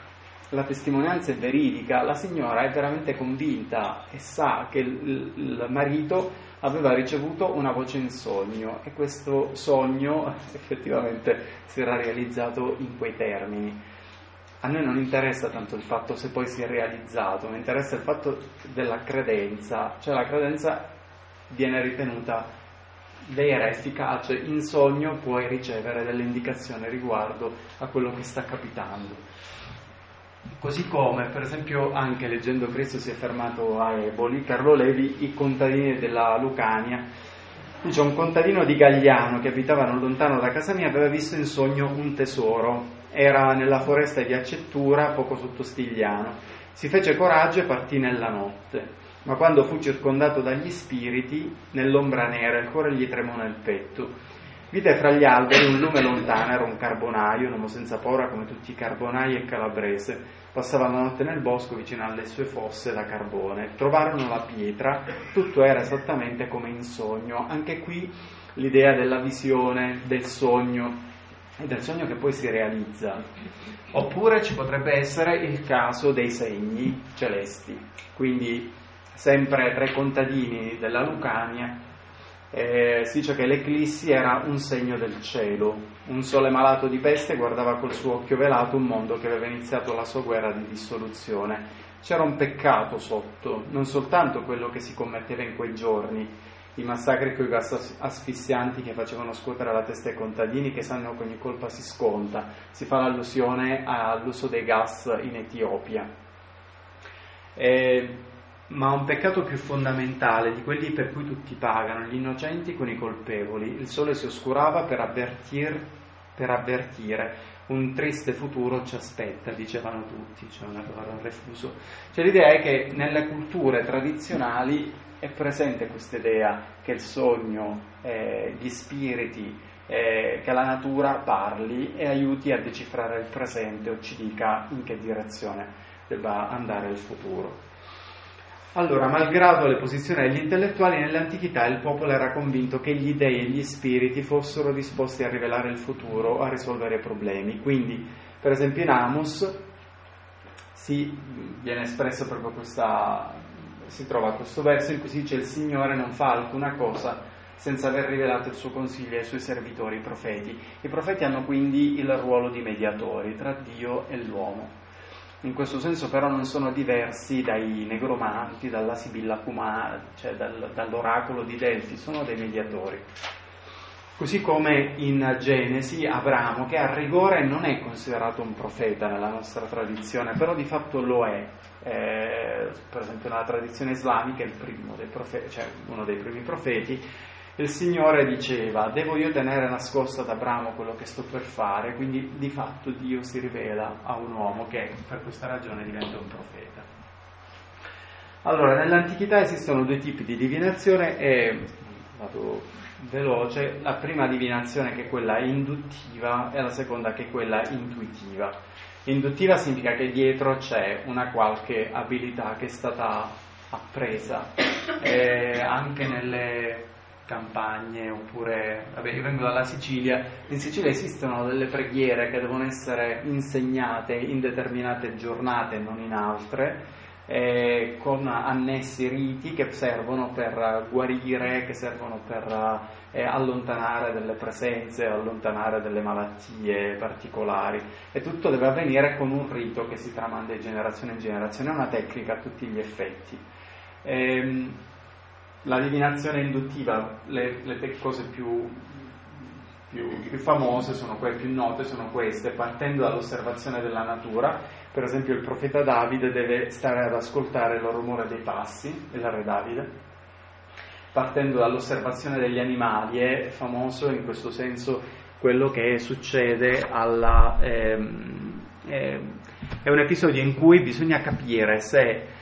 la testimonianza è veridica, la signora è veramente convinta e sa che il, il marito aveva ricevuto una voce in sogno e questo sogno effettivamente si era realizzato in quei termini. A noi non interessa tanto il fatto se poi si è realizzato, mi interessa il fatto della credenza, cioè la credenza viene ritenuta vera, efficace, in sogno puoi ricevere delle indicazioni riguardo a quello che sta capitando. Così come, per esempio, anche leggendo Cristo si è fermato a Eboli, Carlo Levi, i contadini della Lucania, dice: un contadino di Gagliano che abitava non lontano da casa mia aveva visto in sogno un tesoro, era nella foresta di Accettura, poco sotto Stigliano. Si fece coraggio e partì nella notte. Ma quando fu circondato dagli spiriti, nell'ombra nera, il cuore gli tremò nel petto. Vide fra gli alberi un lume lontano, era un carbonaio, un uomo senza paura come tutti i carbonai e calabrese. Passava la notte nel bosco vicino alle sue fosse da carbone. Trovarono la pietra, tutto era esattamente come in sogno. Anche qui l'idea della visione, del sogno, e del sogno che poi si realizza. Oppure ci potrebbe essere il caso dei segni celesti. Quindi sempre tra i contadini della Lucania eh, si dice che l'eclissi era un segno del cielo, un sole malato di peste guardava col suo occhio velato un mondo che aveva iniziato la sua guerra di dissoluzione. C'era un peccato sotto, non soltanto quello che si commetteva in quei giorni, i massacri con i gas asfissianti che facevano scuotere la testa ai contadini che sanno che ogni colpa si sconta, si fa l'allusione all'uso dei gas in Etiopia. Eh, ma un peccato più fondamentale di quelli per cui tutti pagano, gli innocenti con i colpevoli. Il sole si oscurava per avvertir, per avvertire un triste futuro ci aspetta, dicevano tutti, cioè una parola refuso. Cioè l'idea è che nelle culture tradizionali è presente questa idea che il sogno, eh, gli spiriti, eh, che la natura parli e aiuti a decifrare il presente o ci dica in che direzione debba andare il futuro. Allora, malgrado le posizioni degli intellettuali, nell'antichità il popolo era convinto che gli dei e gli spiriti fossero disposti a rivelare il futuro o a risolvere i problemi. Quindi, per esempio in Amos si viene espresso proprio questa, si trova questo verso in cui si dice: il Signore non fa alcuna cosa senza aver rivelato il suo consiglio ai suoi servitori, i profeti. I profeti hanno quindi il ruolo di mediatori tra Dio e l'uomo. In questo senso però non sono diversi dai negromanti, dalla Sibilla Cumana, cioè dal, dall'oracolo di Delfi, sono dei mediatori. Così come in Genesi Abramo, che a rigore non è considerato un profeta nella nostra tradizione, però di fatto lo è. Eh, per esempio nella tradizione islamica è il primo dei profeti, cioè uno dei primi profeti. Il Signore diceva: devo io tenere nascosto ad Abramo quello che sto per fare, quindi di fatto Dio si rivela a un uomo che per questa ragione diventa un profeta. Allora, nell'antichità esistono due tipi di divinazione e vado veloce: la prima divinazione che è quella induttiva e la seconda che è quella intuitiva. Induttiva significa che dietro c'è una qualche abilità che è stata appresa, eh, anche nelle campagne, oppure, vabbè, io vengo dalla Sicilia, in Sicilia esistono delle preghiere che devono essere insegnate in determinate giornate, non in altre, eh, con annessi riti che servono per guarire, che servono per eh, allontanare delle presenze, allontanare delle malattie particolari, e tutto deve avvenire con un rito che si tramanda di generazione in generazione, è una tecnica a tutti gli effetti. Ehm, La divinazione induttiva, le, le cose più, più, più famose sono quelle, più note sono queste, partendo dall'osservazione della natura. Per esempio il profeta Davide deve stare ad ascoltare il rumore dei passi, il re Davide, partendo dall'osservazione degli animali. È famoso in questo senso quello che succede alla... Ehm, eh, è un episodio in cui bisogna capire se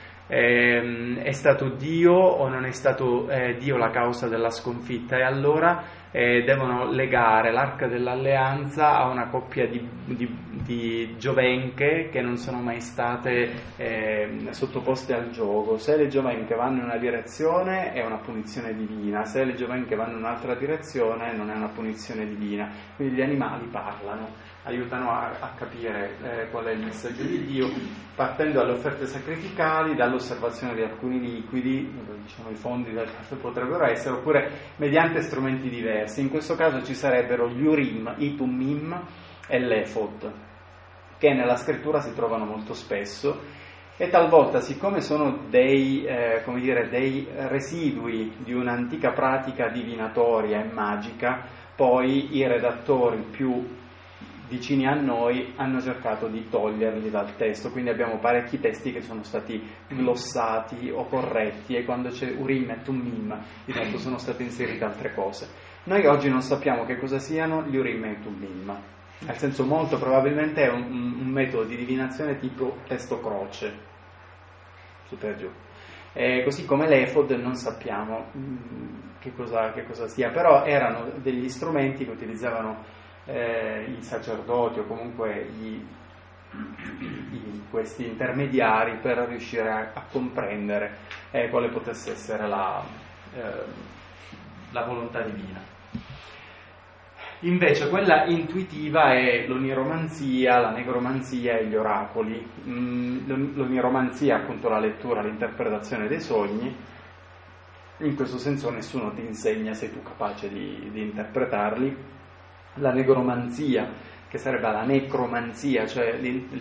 è stato Dio o non è stato eh, Dio la causa della sconfitta, e allora eh, devono legare l'arca dell'alleanza a una coppia di, di, di giovenche che non sono mai state eh, sottoposte al giogo. Se le giovenche vanno in una direzione è una punizione divina, se le giovenche vanno in un'altra direzione non è una punizione divina. Quindi gli animali parlano. aiutano a, a capire eh, qual è il messaggio di Dio, partendo dalle offerte sacrificali, dall'osservazione di alcuni liquidi, diciamo i fondi del caffè potrebbero essere, oppure mediante strumenti diversi. In questo caso ci sarebbero gli Urim, i Tummim e l'Efod, che nella scrittura si trovano molto spesso, e talvolta, siccome sono dei, eh, come dire, dei residui di un'antica pratica divinatoria e magica, poi i redattori più vicini a noi hanno cercato di toglierli dal testo, quindi abbiamo parecchi testi che sono stati glossati o corretti, e quando c'è Urim e Tummim di fatto sono state inserite altre cose. Noi oggi non sappiamo che cosa siano gli Urim e Tummim, nel senso molto probabilmente è un, un metodo di divinazione tipo testo croce, su per giù. Eh, così come l'Efod non sappiamo mh, che, cosa, che cosa sia, però erano degli strumenti che utilizzavano eh, i sacerdoti o comunque i, i, questi intermediari per riuscire a, a comprendere eh, quale potesse essere la, eh, la volontà divina. Invece quella intuitiva è l'oniromanzia, la negromanzia e gli oracoli. Mm, l'oniromanzia è appunto la lettura, l'interpretazione dei sogni. In questo senso nessuno ti insegna, sei tu capace di, di interpretarli. La negromanzia, che sarebbe la necromanzia, cioè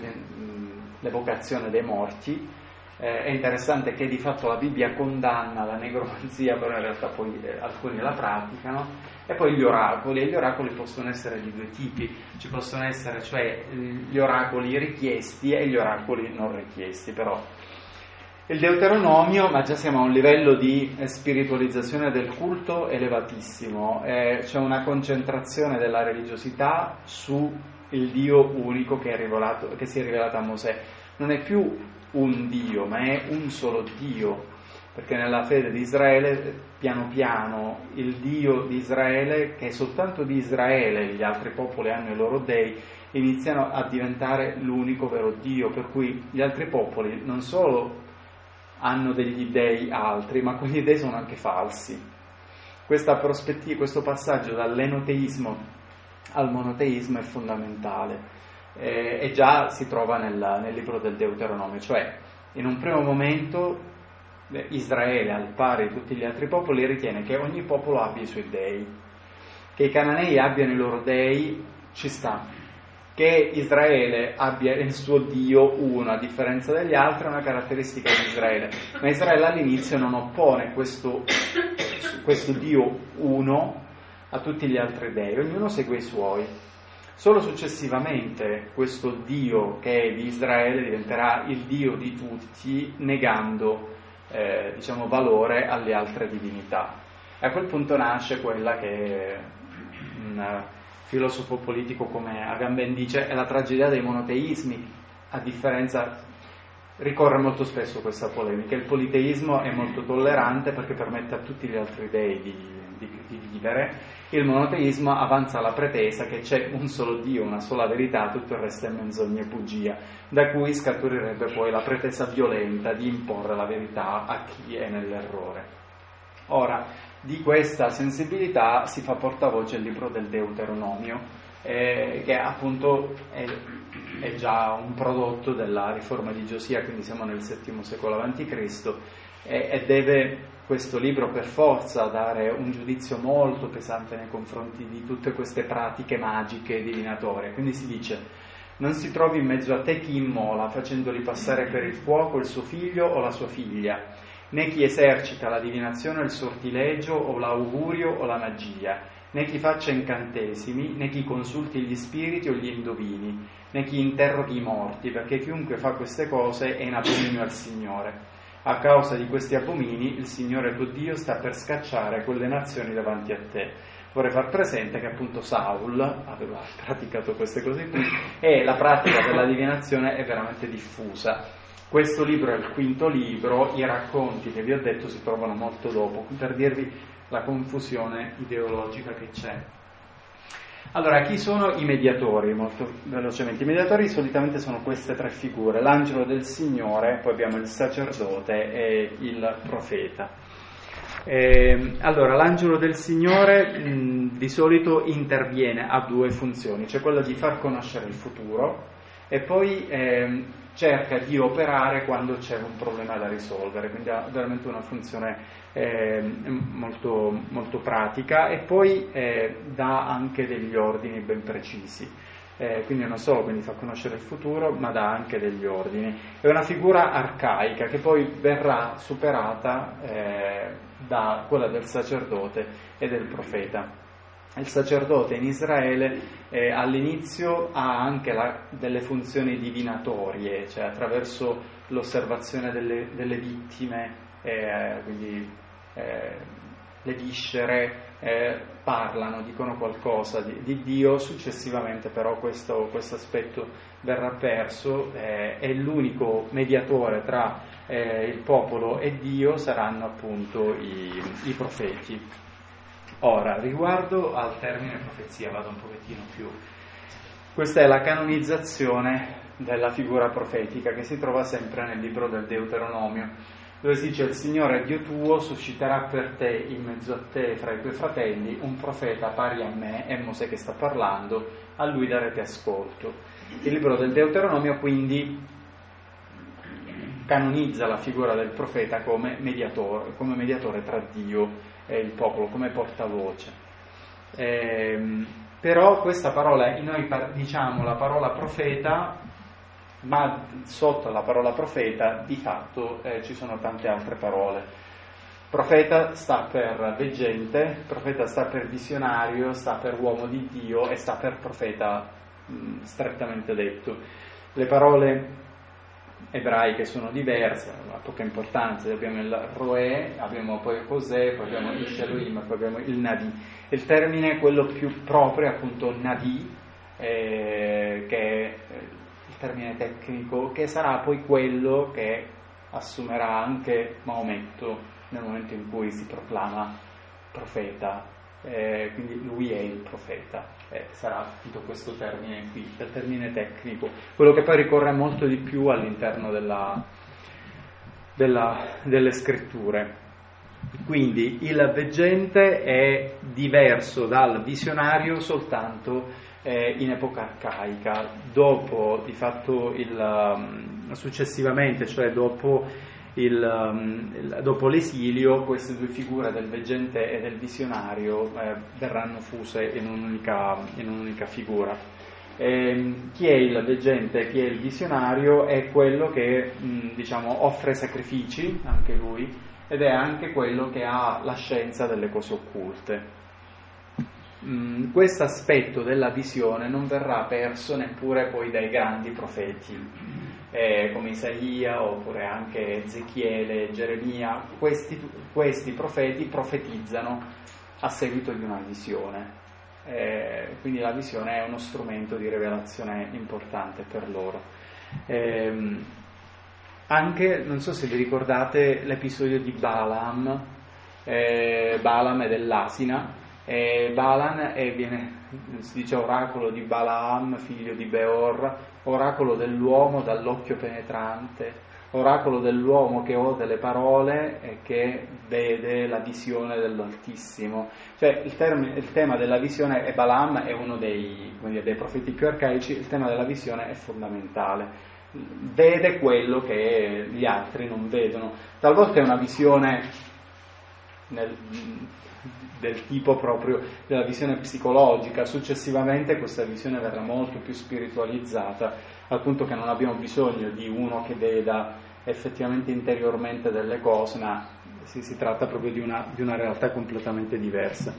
l'evocazione dei morti. Eh, è interessante che di fatto la Bibbia condanna la negromanzia, però in realtà poi eh, alcuni la praticano. E poi gli oracoli, e gli oracoli possono essere di due tipi, ci possono essere cioè gli oracoli richiesti e gli oracoli non richiesti. Però il Deuteronomio, ma già siamo a un livello di spiritualizzazione del culto elevatissimo, eh, c'è una concentrazione della religiosità su il Dio unico che, è rivelato, che si è rivelato a Mosè. Non è più un Dio, ma è un solo Dio, perché nella fede di Israele, piano piano, il Dio di Israele, che è soltanto di Israele, gli altri popoli hanno i loro dei, iniziano a diventare l'unico vero Dio, per cui gli altri popoli non solo hanno degli dei altri, ma quegli dei sono anche falsi. Questa prospettiva, questo passaggio dall'enoteismo al monoteismo è fondamentale, eh, e già si trova nel, nel libro del Deuteronomio, cioè in un primo momento Israele, al pari di tutti gli altri popoli, ritiene che ogni popolo abbia i suoi dei, che i cananei abbiano i loro dei, ci sta, che Israele abbia il suo Dio uno, a differenza degli altri, è una caratteristica di Israele, ma Israele all'inizio non oppone questo, questo Dio uno a tutti gli altri dei, ognuno segue i suoi. Solo successivamente questo Dio che è di Israele diventerà il Dio di tutti, negando Eh, diciamo valore alle altre divinità, e a quel punto nasce quella che un filosofo politico come Agamben dice è la tragedia dei monoteismi. A differenza, ricorre molto spesso questa polemica, il politeismo è molto tollerante perché permette a tutti gli altri dei di, di, di vivere, il monoteismo avanza la pretesa che c'è un solo Dio, una sola verità, tutto il resto è menzogna e bugia, da cui scaturirebbe poi la pretesa violenta di imporre la verità a chi è nell'errore. Ora, di questa sensibilità si fa portavoce il libro del Deuteronomio, eh, che appunto è, è già un prodotto della riforma di Giosia, quindi siamo nel settimo secolo avanti Cristo, e, e deve questo libro per forza dare un giudizio molto pesante nei confronti di tutte queste pratiche magiche e divinatorie. Quindi si dice: non si trovi in mezzo a te chi immola facendoli passare per il fuoco il suo figlio o la sua figlia, né chi esercita la divinazione o il sortilegio o l'augurio o la magia, né chi faccia incantesimi, né chi consulti gli spiriti o gli indovini, né chi interroghi i morti, perché chiunque fa queste cose è in abominio al Signore. A causa di questi abomini il Signore tuo Dio sta per scacciare quelle nazioni davanti a te. Vorrei far presente che appunto Saul aveva praticato queste cose qui, e la pratica della divinazione è veramente diffusa. Questo libro è il quinto libro, i racconti che vi ho detto si trovano molto dopo, per dirvi la confusione ideologica che c'è. Allora, chi sono i mediatori? Molto velocemente. I mediatori solitamente sono queste tre figure: l'angelo del Signore, poi abbiamo il sacerdote e il profeta. Eh, allora, l'angelo del Signore mh, di solito interviene, ha due funzioni, c'è quella di far conoscere il futuro e poi eh, cerca di operare quando c'è un problema da risolvere, quindi ha veramente una funzione eh, molto, molto pratica e poi eh, dà anche degli ordini ben precisi. Eh, quindi non solo quindi fa conoscere il futuro, ma dà anche degli ordini. È una figura arcaica che poi verrà superata eh, da quella del sacerdote e del profeta. Il sacerdote in Israele eh, all'inizio ha anche la, delle funzioni divinatorie, cioè attraverso l'osservazione delle, delle vittime, eh, quindi eh, le viscere eh, parlano, dicono qualcosa di, di Dio, successivamente però questo aspetto verrà perso eh, e l'unico mediatore tra eh, il popolo e Dio saranno appunto i, i profeti. Ora, riguardo al termine profezia, vado un pochettino più. Questa è la canonizzazione della figura profetica che si trova sempre nel libro del Deuteronomio, dove si dice: il Signore Dio tuo susciterà per te in mezzo a te fra i tuoi fratelli un profeta pari a me, è Mosè che sta parlando, a lui darete ascolto. Il libro del Deuteronomio quindi canonizza la figura del profeta come mediatore, come mediatore tra Dio e il popolo, come portavoce. Ehm, però questa parola, noi diciamo la parola profeta, ma sotto la parola profeta di fatto eh, ci sono tante altre parole. Profeta sta per veggente, profeta sta per visionario, sta per uomo di Dio e sta per profeta mh, strettamente detto. Le parole ebraiche sono diverse, ha poca importanza, abbiamo il roe, abbiamo poi Cosè, poi abbiamo il Sheloim, poi abbiamo il Navi. Il termine è quello più proprio, appunto Navi, eh, che è il termine tecnico, che sarà poi quello che assumerà anche Maometto nel momento in cui si proclama profeta, eh, quindi lui è il profeta, eh, sarà appunto questo termine qui, il termine tecnico, quello che poi ricorre molto di più all'interno della, della, delle scritture. Quindi il veggente è diverso dal visionario soltanto eh, in epoca arcaica, dopo di fatto il, um, successivamente, cioè dopo Il, il, dopo l'esilio, queste due figure del veggente e del visionario eh, verranno fuse in un'unica, in un'unica figura. E, chi è il veggente, chi è il visionario è quello che mh, diciamo offre sacrifici, anche lui, ed è anche quello che ha la scienza delle cose occulte. Mh, questo aspetto della visione non verrà perso neppure poi dai grandi profeti. Eh, come Isaia oppure anche Ezechiele, Geremia, questi, questi profeti profetizzano a seguito di una visione, eh, quindi la visione è uno strumento di rivelazione importante per loro. Eh, anche, non so se vi ricordate l'episodio di Balaam, eh, Balaam è dell'asina, eh, Balaam è, viene, si dice oracolo di Balaam, figlio di Beor, oracolo dell'uomo dall'occhio penetrante, oracolo dell'uomo che ode le parole e che vede la visione dell'Altissimo. Cioè il, termine, il tema della visione, e Balaam è uno dei, come dire, dei profeti più arcaici, il tema della visione è fondamentale. Vede quello che gli altri non vedono. Talvolta è una visione nel, del tipo proprio della visione psicologica, successivamente questa visione verrà molto più spiritualizzata, al punto che non abbiamo bisogno di uno che veda effettivamente interiormente delle cose, ma si, si tratta proprio di una, di una realtà completamente diversa.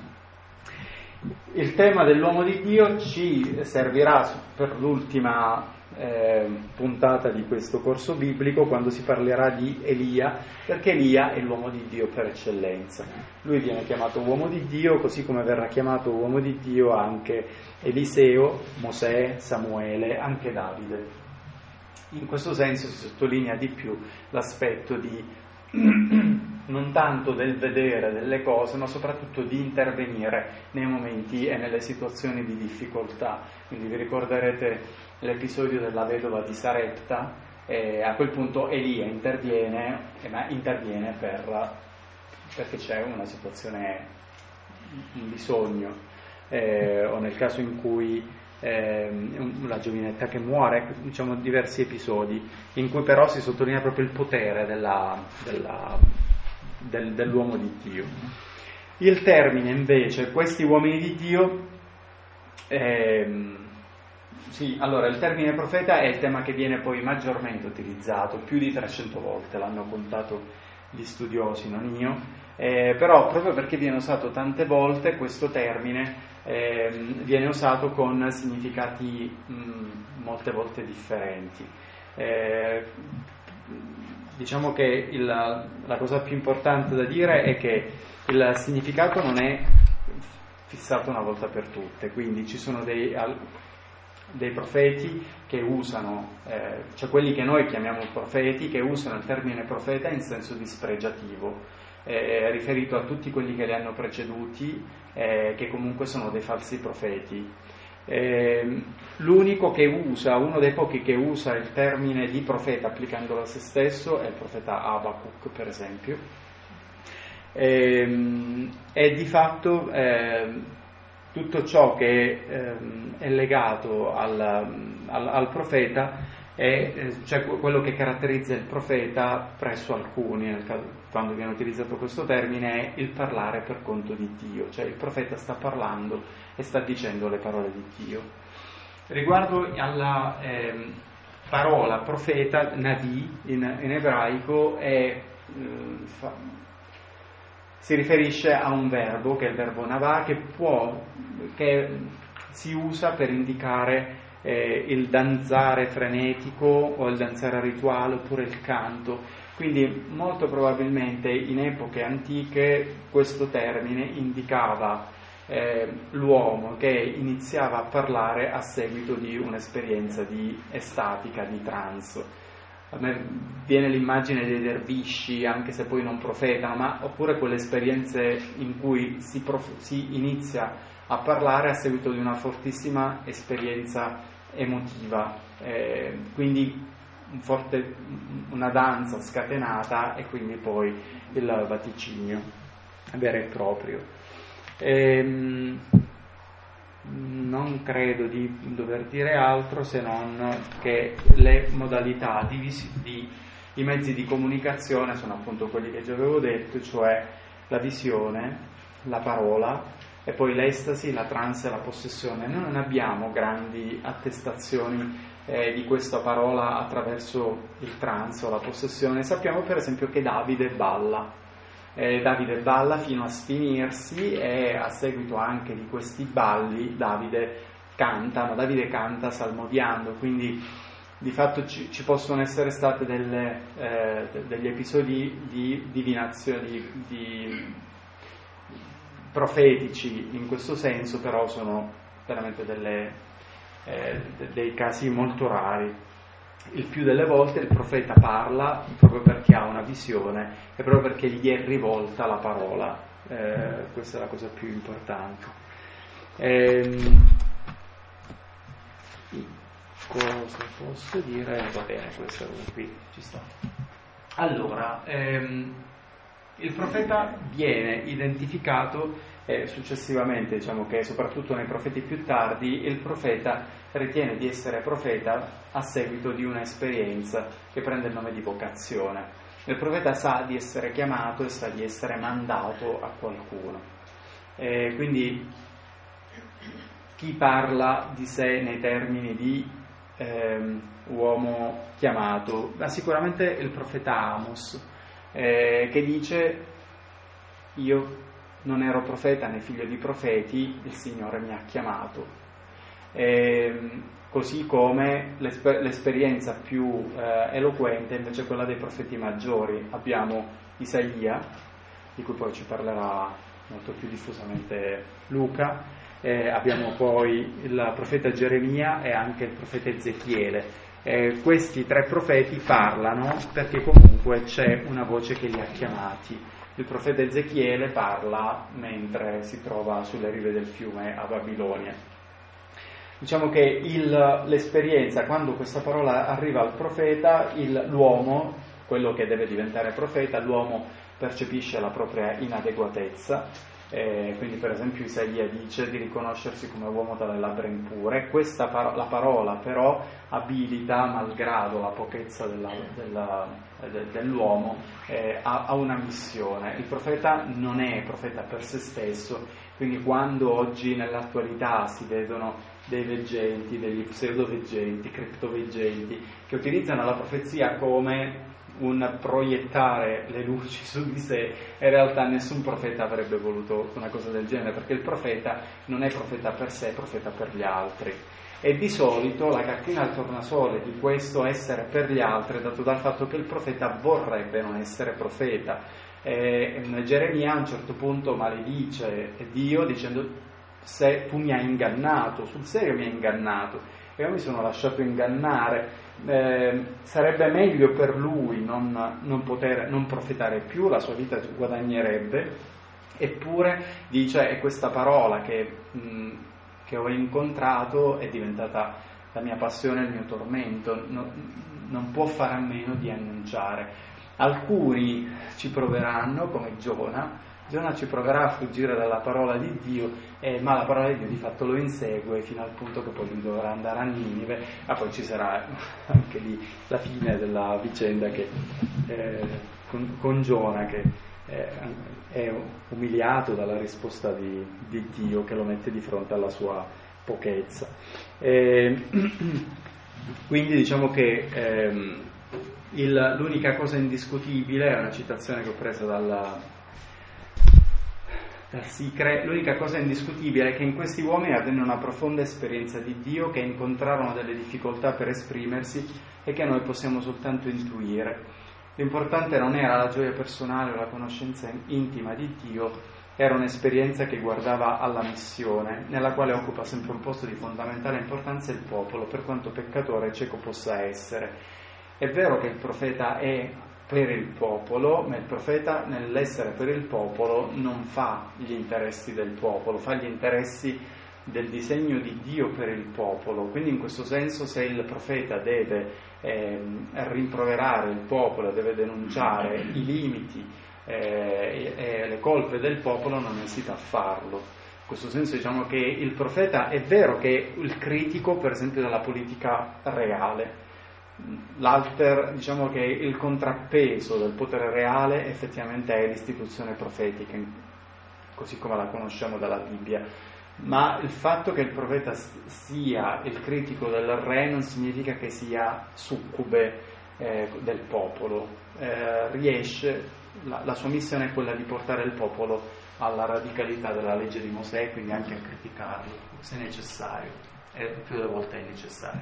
Il tema dell'uomo di Dio ci servirà per l'ultima eh, puntata di questo corso biblico, quando si parlerà di Elia, perché Elia è l'uomo di Dio per eccellenza. Lui viene chiamato uomo di Dio, così come verrà chiamato uomo di Dio anche Eliseo, Mosè, Samuele, anche Davide. In questo senso si sottolinea di più l'aspetto di non tanto del vedere delle cose, ma soprattutto di intervenire nei momenti e nelle situazioni di difficoltà. Quindi vi ricorderete l'episodio della vedova di Sarepta, e a quel punto Elia interviene, ma interviene per, perché c'è una situazione, un bisogno, eh, o nel caso in cui eh, la giovinetta che muore, diciamo diversi episodi, in cui però si sottolinea proprio il potere della, della, del, dell'uomo di Dio. Il termine invece, questi uomini di Dio, ehm, sì, allora il termine profeta è il tema che viene poi maggiormente utilizzato, più di trecento volte, l'hanno contato gli studiosi, non io, eh, però proprio perché viene usato tante volte questo termine eh, viene usato con significati mh, molte volte differenti. Eh, diciamo che il, la cosa più importante da dire è che il significato non è fissato una volta per tutte, quindi ci sono dei, dei profeti che usano, eh, cioè quelli che noi chiamiamo profeti, che usano il termine profeta in senso dispregiativo, eh, riferito a tutti quelli che li hanno preceduti, eh, che comunque sono dei falsi profeti. Eh, l'unico che usa, uno dei pochi che usa il termine di profeta applicandolo a se stesso è il profeta Abacuc, per esempio. E, e di fatto eh, tutto ciò che eh, è legato al, al, al profeta è cioè quello che caratterizza il profeta presso alcuni, nel caso, quando viene utilizzato questo termine, è il parlare per conto di Dio, cioè il profeta sta parlando e sta dicendo le parole di Dio. Riguardo alla eh, parola profeta, Navi in, in ebraico, è eh, fa, si riferisce a un verbo che è il verbo navà, che può che si usa per indicare eh, il danzare frenetico o il danzare rituale oppure il canto. Quindi molto probabilmente in epoche antiche questo termine indicava eh, l'uomo che iniziava a parlare a seguito di un'esperienza di estatica, di trance. A me viene l'immagine dei dervisci, anche se poi non profetano, ma oppure quelle esperienze in cui si, prof, si inizia a parlare a seguito di una fortissima esperienza emotiva, eh, quindi un forte, una danza scatenata e quindi poi il vaticinio vero e proprio. Ehm, non credo di dover dire altro se non che le modalità di, vis- di i mezzi di comunicazione sono appunto quelli che già avevo detto, cioè la visione, la parola e poi l'estasi, la trance e la possessione. Noi non abbiamo grandi attestazioni eh, di questa parola attraverso il trance o la possessione. Sappiamo per esempio che Davide balla. Eh, Davide balla fino a sfinirsi e a seguito anche di questi balli Davide canta, ma Davide canta salmodiando, quindi di fatto ci, ci possono essere state delle, eh, degli episodi di divinazione, di, di profetici in questo senso, però sono veramente delle, eh, dei casi molto rari. Il più delle volte il profeta parla proprio perché ha una visione e proprio perché gli è rivolta la parola, eh, questa è la cosa più importante. Ehm, cosa posso dire? Va bene, questo qui ci sta. Allora, ehm, il profeta viene identificato e successivamente, diciamo che soprattutto nei profeti più tardi, il profeta ritiene di essere profeta a seguito di un'esperienza che prende il nome di vocazione. Il profeta sa di essere chiamato e sa di essere mandato a qualcuno. E quindi chi parla di sé nei termini di ehm, uomo chiamato? Ma sicuramente il profeta Amos, eh, che dice: io non ero profeta né figlio di profeti, il Signore mi ha chiamato. E, così come l'esper- l'esperienza più eh, eloquente invece è quella dei profeti maggiori. Abbiamo Isaia, di cui poi ci parlerà molto più diffusamente Luca, eh, abbiamo poi il profeta Geremia e anche il profeta Ezechiele. Eh, questi tre profeti parlano perché comunque c'è una voce che li ha chiamati. Il profeta Ezechiele parla mentre si trova sulle rive del fiume a Babilonia. Diciamo che il, l'esperienza, quando questa parola arriva al profeta, il, l'uomo, quello che deve diventare profeta, l'uomo percepisce la propria inadeguatezza. Eh, quindi per esempio Isaia dice di riconoscersi come uomo dalle labbra impure. Questa paro- la parola però abilita, malgrado la pochezza della, della, de, dell'uomo, eh, a, a una missione. Il profeta non è profeta per se stesso, quindi quando oggi nell'attualità si vedono dei veggenti, degli pseudo-veggenti, criptoveggenti, che utilizzano la profezia come un proiettare le luci su di sé, in realtà nessun profeta avrebbe voluto una cosa del genere, perché il profeta non è profeta per sé, è profeta per gli altri. E di solito la cartina al tornasole di questo essere per gli altri è dato dal fatto che il profeta vorrebbe non essere profeta. E Geremia a un certo punto maledice Dio dicendo: se tu mi hai ingannato, sul serio mi hai ingannato, e io mi sono lasciato ingannare. Eh, sarebbe meglio per lui non, non poter non profetare più, la sua vita guadagnerebbe. Eppure dice: è questa parola che, mh, che ho incontrato è diventata la mia passione, il mio tormento, no, non può fare a meno di annunciare. Alcuni ci proveranno come Giona. Giona ci proverà a fuggire dalla parola di Dio, eh, ma la parola di Dio di fatto lo insegue fino al punto che poi lui dovrà andare a Ninive, ma poi ci sarà anche lì la fine della vicenda che, eh, con, con Giona che eh, è umiliato dalla risposta di, di Dio che lo mette di fronte alla sua pochezza. Eh, quindi diciamo che ehm, il, l'unica cosa indiscutibile, è una citazione che ho preso dalla dal Sicre, l'unica cosa indiscutibile è che in questi uomini avvenne una profonda esperienza di Dio, che incontrarono delle difficoltà per esprimersi e che noi possiamo soltanto intuire. L'importante non era la gioia personale o la conoscenza intima di Dio, era un'esperienza che guardava alla missione, nella quale occupa sempre un posto di fondamentale importanza il popolo, per quanto peccatore e cieco possa essere. È vero che il profeta è per il popolo, ma il profeta nell'essere per il popolo non fa gli interessi del popolo, fa gli interessi del disegno di Dio per il popolo. Quindi in questo senso, se il profeta deve eh, rimproverare il popolo, deve denunciare i limiti eh, e le colpe del popolo, non esita a farlo. In questo senso diciamo che il profeta è vero che è il critico per esempio della politica reale. L'alter, diciamo che il contrappeso del potere reale effettivamente è l'istituzione profetica, così come la conosciamo dalla Bibbia, ma il fatto che il profeta sia il critico del re non significa che sia succube eh, del popolo. Eh, riesce, la, la sua missione è quella di portare il popolo alla radicalità della legge di Mosè, quindi anche a criticarlo se necessario, e più delle volte è necessario.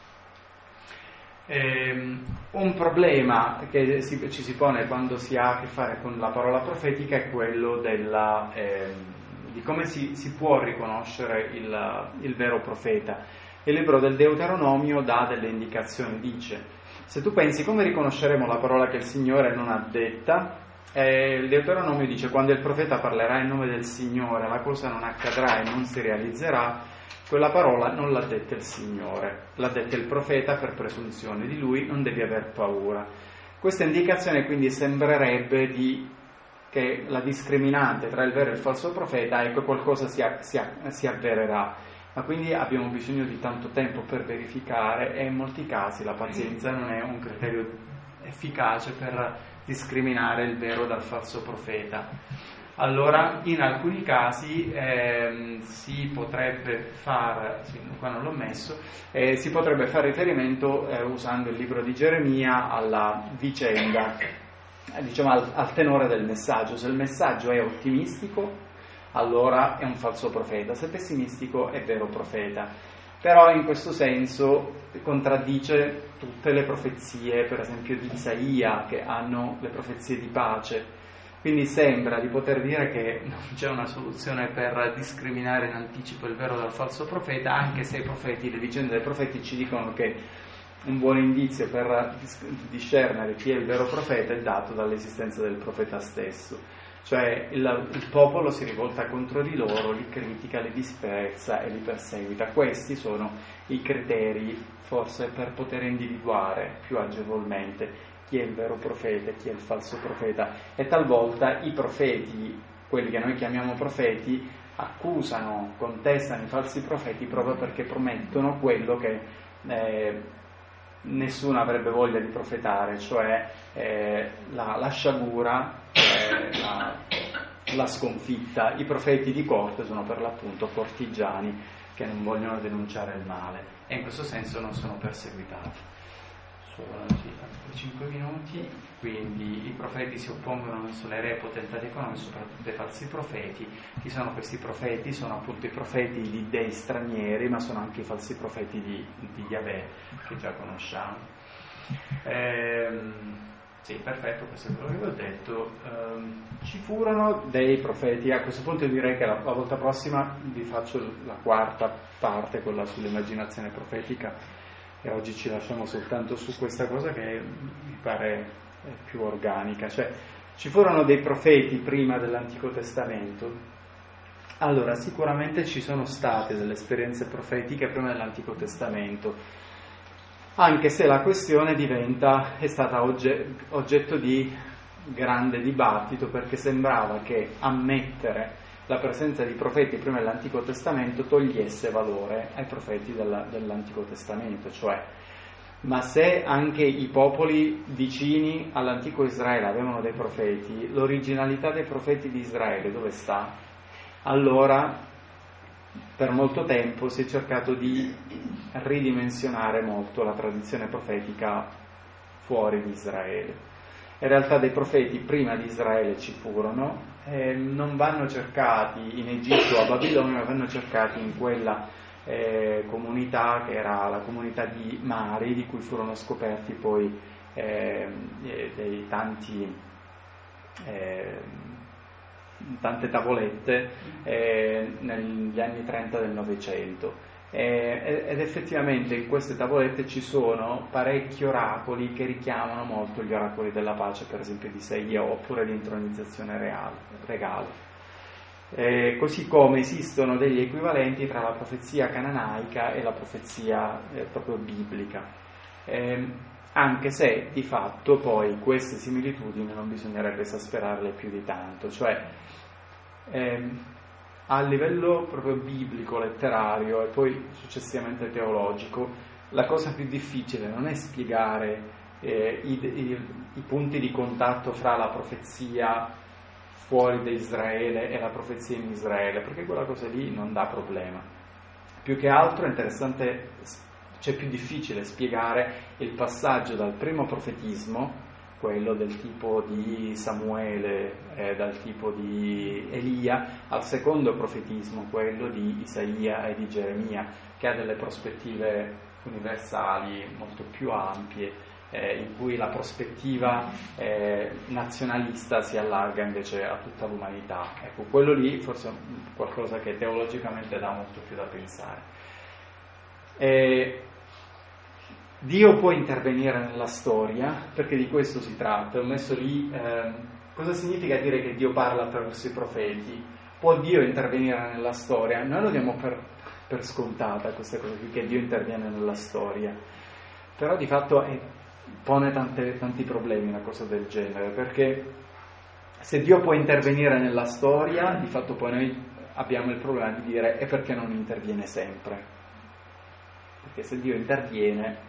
Eh, un problema che si, ci si pone quando si ha a che fare con la parola profetica è quello della, eh, di come si, si può riconoscere il, il vero profeta. Il libro del Deuteronomio dà delle indicazioni, dice: se tu pensi come riconosceremo la parola che il Signore non ha detta, eh, il Deuteronomio dice: quando il profeta parlerà in nome del Signore la cosa non accadrà e non si realizzerà, quella parola non l'ha detta il Signore, l'ha detta il profeta per presunzione di lui, non devi aver paura. Questa indicazione quindi sembrerebbe di che la discriminante tra il vero e il falso profeta è che qualcosa si, si, si avvererà, ma quindi abbiamo bisogno di tanto tempo per verificare, e in molti casi la pazienza non è un criterio efficace per discriminare il vero dal falso profeta. Allora, in alcuni casi ehm, si potrebbe fare, sì, qua non l'ho messo, eh, si potrebbe fare riferimento, eh, usando il libro di Geremia, alla vicenda, eh, diciamo al, al tenore del messaggio. Se il messaggio è ottimistico, allora è un falso profeta; se è pessimistico, è vero profeta. Però in questo senso contraddice tutte le profezie, per esempio di Isaia, che hanno le profezie di pace. Quindi sembra di poter dire che non c'è una soluzione per discriminare in anticipo il vero dal falso profeta, anche se i profeti, le vicende dei profeti ci dicono che un buon indizio per discernere chi è il vero profeta è dato dall'esistenza del profeta stesso. Cioè il, il popolo si rivolta contro di loro, li critica, li disprezza e li perseguita. Questi sono i criteri forse per poter individuare più agevolmente chi è il vero profeta e chi è il falso profeta, e talvolta i profeti, quelli che noi chiamiamo profeti, accusano, contestano i falsi profeti proprio perché promettono quello che eh, nessuno avrebbe voglia di profetare, cioè eh, la, la sciagura, eh, la, la sconfitta. I profeti di corte sono per l'appunto cortigiani che non vogliono denunciare il male e in questo senso non sono perseguitati. cinque minuti, quindi i profeti si oppongono non solo ai re potentati economici, soprattutto ai falsi profeti. Chi sono questi profeti? Sono appunto i profeti di dei stranieri, ma sono anche i falsi profeti di, di Yahweh, che già conosciamo. Ehm, sì, perfetto, questo è quello che vi ho detto. Ehm, ci furono dei profeti, a questo punto direi che la, la volta prossima vi faccio la quarta parte, quella sull'immaginazione profetica, e oggi ci lasciamo soltanto su questa cosa che mi pare più organica. Cioè, ci furono dei profeti prima dell'Antico Testamento? Allora, sicuramente ci sono state delle esperienze profetiche prima dell'Antico Testamento, anche se la questione diventa, è stata ogge, oggetto di grande dibattito, perché sembrava che ammettere la presenza di profeti prima dell'Antico Testamento togliesse valore ai profeti della, dell'Antico Testamento, cioè, ma se anche i popoli vicini all'antico Israele avevano dei profeti, l'originalità dei profeti di Israele dove sta? Allora, per molto tempo si è cercato di ridimensionare molto la tradizione profetica fuori di Israele. In realtà dei profeti prima di Israele ci furono, eh, non vanno cercati in Egitto o a Babilonia, ma vanno cercati in quella eh, comunità che era la comunità di Mari, di cui furono scoperti poi eh, dei tanti, eh, tante tavolette eh, negli anni trenta del Novecento. Eh, ed effettivamente in queste tavolette ci sono parecchi oracoli che richiamano molto gli oracoli della pace, per esempio di Isaia, oppure di intronizzazione reale, regale. Eh, così come esistono degli equivalenti tra la profezia cananaica e la profezia eh, proprio biblica, eh, anche se di fatto poi queste similitudini non bisognerebbe esasperarle più di tanto, cioè eh, a livello proprio biblico, letterario e poi successivamente teologico, la cosa più difficile non è spiegare eh, i, i, i punti di contatto fra la profezia fuori da Israele e la profezia in Israele, perché quella cosa lì non dà problema. Più che altro è interessante, cioè più difficile spiegare il passaggio dal primo profetismo, quello del tipo di Samuele, eh, dal tipo di Elia, al secondo profetismo, quello di Isaia e di Geremia, che ha delle prospettive universali molto più ampie, eh, in cui la prospettiva eh, nazionalista si allarga invece a tutta l'umanità. Ecco, quello lì forse è qualcosa che teologicamente dà molto più da pensare. Eh, Dio può intervenire nella storia, perché di questo si tratta. Ho messo lì eh, cosa significa dire che Dio parla attraverso i profeti. Può Dio intervenire nella storia? Noi lo diamo per, per scontata questa cosa qui, che Dio interviene nella storia, però di fatto è, pone tante, tanti problemi una cosa del genere, perché se Dio può intervenire nella storia, di fatto poi noi abbiamo il problema di dire e perché non interviene sempre, perché se Dio interviene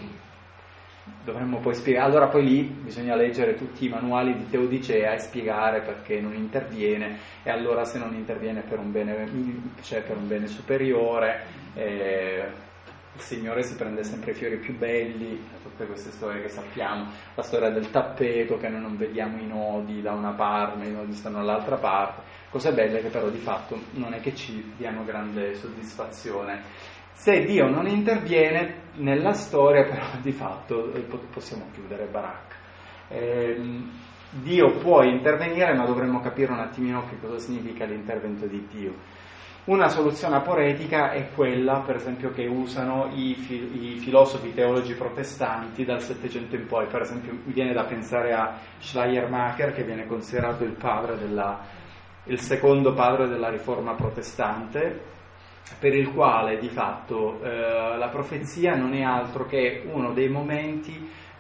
dovremmo poi spiegare, allora poi lì bisogna leggere tutti i manuali di Teodicea e spiegare perché non interviene, e allora se non interviene per un bene, cioè per un bene superiore, eh, il Signore si prende sempre i fiori più belli, tutte queste storie che sappiamo, la storia del tappeto, che noi non vediamo i nodi da una parte, i nodi stanno dall'altra parte, cose belle che però di fatto non è che ci diano grande soddisfazione. Se Dio non interviene nella storia, però di fatto possiamo chiudere baracca. Eh, Dio può intervenire, ma dovremmo capire un attimino che cosa significa l'intervento di Dio. Una soluzione aporetica è quella, per esempio, che usano i, fi- i filosofi teologi protestanti dal Settecento in poi. Per esempio, mi viene da pensare a Schleiermacher, che viene considerato il padre della, il secondo padre della riforma protestante, per il quale di fatto eh, la profezia non è altro che uno dei momenti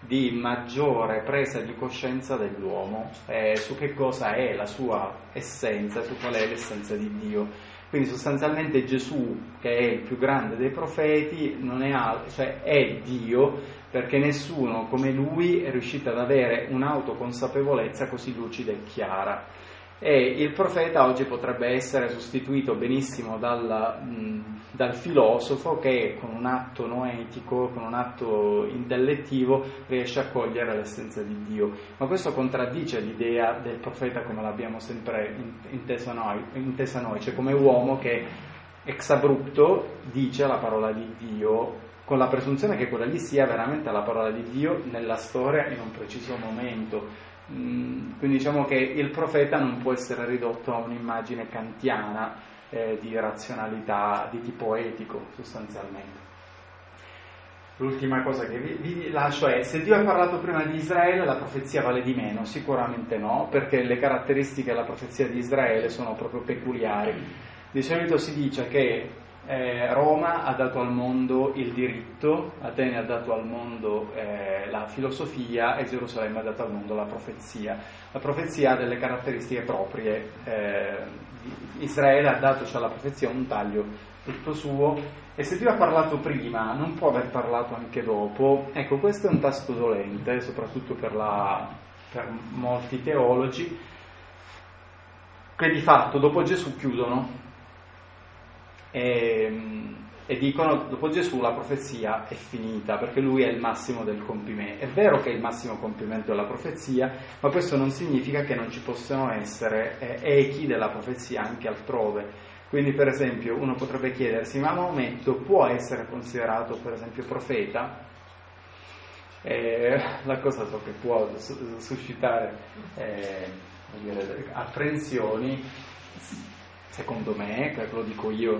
di maggiore presa di coscienza dell'uomo, eh, su che cosa è la sua essenza, su qual è l'essenza di Dio. Quindi sostanzialmente Gesù, che è il più grande dei profeti, non è altro, cioè è Dio, perché nessuno come lui è riuscito ad avere un'autoconsapevolezza così lucida e chiara. E il profeta oggi potrebbe essere sostituito benissimo dal, mh, dal filosofo che con un atto noetico, con un atto intellettivo riesce a cogliere l'essenza di Dio. Ma questo contraddice l'idea del profeta come l'abbiamo sempre intesa noi, intesa noi, cioè come uomo che ex abrupto dice la parola di Dio, con la presunzione che quella lì sia veramente la parola di Dio nella storia in un preciso momento. Quindi diciamo che il profeta non può essere ridotto a un'immagine kantiana eh, di razionalità di tipo etico, sostanzialmente. L'ultima cosa che vi, vi lascio è: se Dio ha parlato prima di Israele, la profezia vale di meno? Sicuramente no, perché le caratteristiche della profezia di Israele sono proprio peculiari. Di solito si dice che Eh, Roma ha dato al mondo il diritto, Atene ha dato al mondo eh, la filosofia e Gerusalemme ha dato al mondo la profezia. La profezia ha delle caratteristiche proprie, eh, Israele ha dato cioè alla profezia un taglio tutto suo, e se Dio ha parlato prima non può aver parlato anche dopo. Ecco, questo è un tasto dolente, soprattutto per, la, per molti teologi, che di fatto dopo Gesù chiudono E, e dicono: dopo Gesù la profezia è finita, perché lui è il massimo del compimento. È vero che è il massimo compimento della profezia, ma questo non significa che non ci possano essere eh, echi della profezia anche altrove. Quindi per esempio uno potrebbe chiedersi: ma Maometto può essere considerato per esempio profeta? Eh, la cosa so che può suscitare eh, dire, apprensioni. Secondo me, che lo dico io,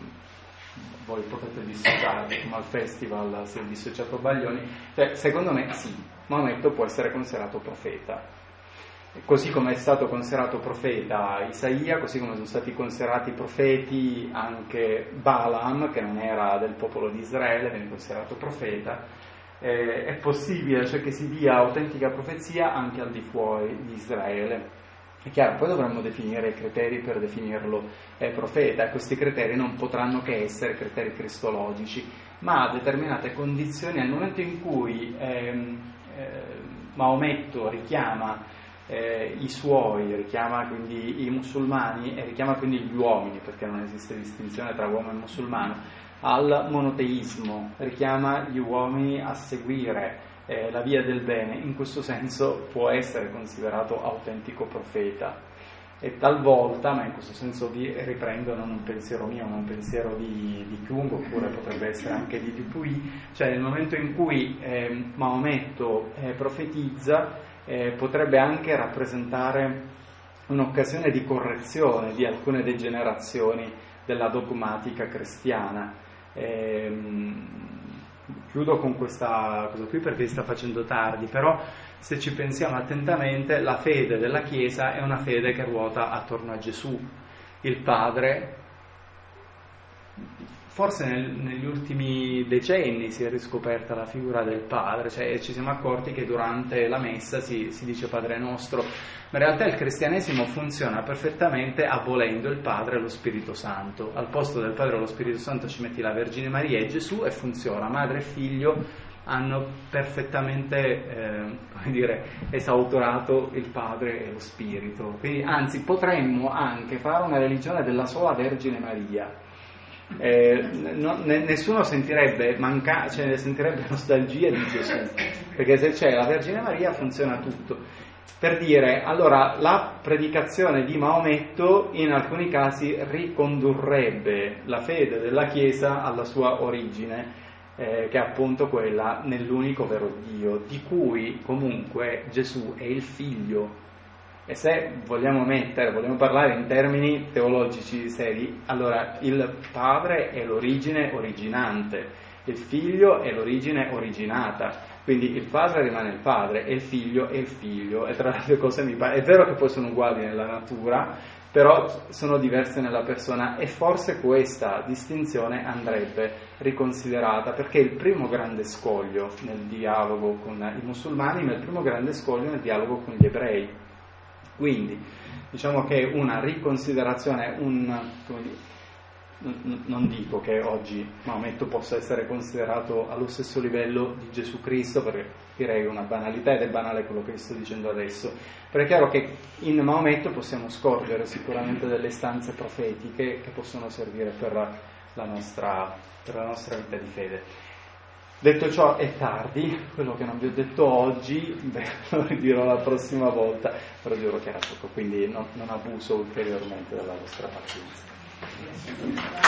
voi potete dissociarvi come al festival si è dissociato Baglioni, cioè, secondo me sì, Maometto può essere considerato profeta, così come è stato considerato profeta Isaia, così come sono stati considerati profeti anche Balaam, che non era del popolo di Israele, viene considerato profeta. Eh, è possibile cioè che si dia autentica profezia anche al di fuori di Israele. È chiaro, poi dovremmo definire i criteri per definirlo eh, profeta, e questi criteri non potranno che essere criteri cristologici, ma a determinate condizioni. Nel momento in cui ehm, eh, Maometto richiama eh, i suoi, richiama quindi i musulmani e richiama quindi gli uomini, perché non esiste distinzione tra uomo e musulmano, al monoteismo, richiama gli uomini a seguire Eh, la via del bene, in questo senso può essere considerato autentico profeta. E talvolta, ma in questo senso vi riprendo non un pensiero mio, ma un pensiero di, di Jung, oppure potrebbe essere anche di Dupuy, cioè nel momento in cui eh, Maometto eh, profetizza, eh, potrebbe anche rappresentare un'occasione di correzione di alcune degenerazioni della dogmatica cristiana. Ehm, Chiudo con questa cosa qui perché si sta facendo tardi, però se ci pensiamo attentamente, la fede della Chiesa è una fede che ruota attorno a Gesù, il Padre. Forse nel, negli ultimi decenni si è riscoperta la figura del Padre, cioè ci siamo accorti che durante la messa si, si dice Padre nostro, ma in realtà il cristianesimo funziona perfettamente abolendo il Padre e lo Spirito Santo. Al posto del Padre e lo Spirito Santo ci metti la Vergine Maria e Gesù, e funziona. Madre e figlio hanno perfettamente eh, come dire, esautorato il Padre e lo Spirito. Quindi, anzi, potremmo anche fare una religione della sola Vergine Maria. Eh, no, nessuno sentirebbe manca, cioè sentirebbe nostalgia di Gesù, perché se c'è la Vergine Maria funziona tutto. Per dire, allora, la predicazione di Maometto in alcuni casi ricondurrebbe la fede della Chiesa alla sua origine, eh, che è appunto quella nell'unico vero Dio, di cui comunque Gesù è il figlio. E se vogliamo mettere, vogliamo parlare in termini teologici seri, allora il Padre è l'origine originante, il Figlio è l'origine originata, quindi il Padre rimane il Padre e il Figlio è il Figlio, e tra le altre cose mi pare, è vero che poi sono uguali nella natura, però sono diverse nella persona, e forse questa distinzione andrebbe riconsiderata, perché il primo grande scoglio nel dialogo con i musulmani, ma il primo grande scoglio nel dialogo con gli ebrei. Quindi diciamo che una riconsiderazione, un, come dire, non dico che oggi Maometto possa essere considerato allo stesso livello di Gesù Cristo, perché direi una banalità, ed è banale quello che sto dicendo adesso, però è chiaro che in Maometto possiamo scorgere sicuramente delle istanze profetiche che possono servire per la nostra, per la nostra vita di fede. Detto ciò, è tardi, quello che non vi ho detto oggi beh, lo dirò la prossima volta, però dirò che era poco, quindi non, non abuso ulteriormente della vostra pazienza.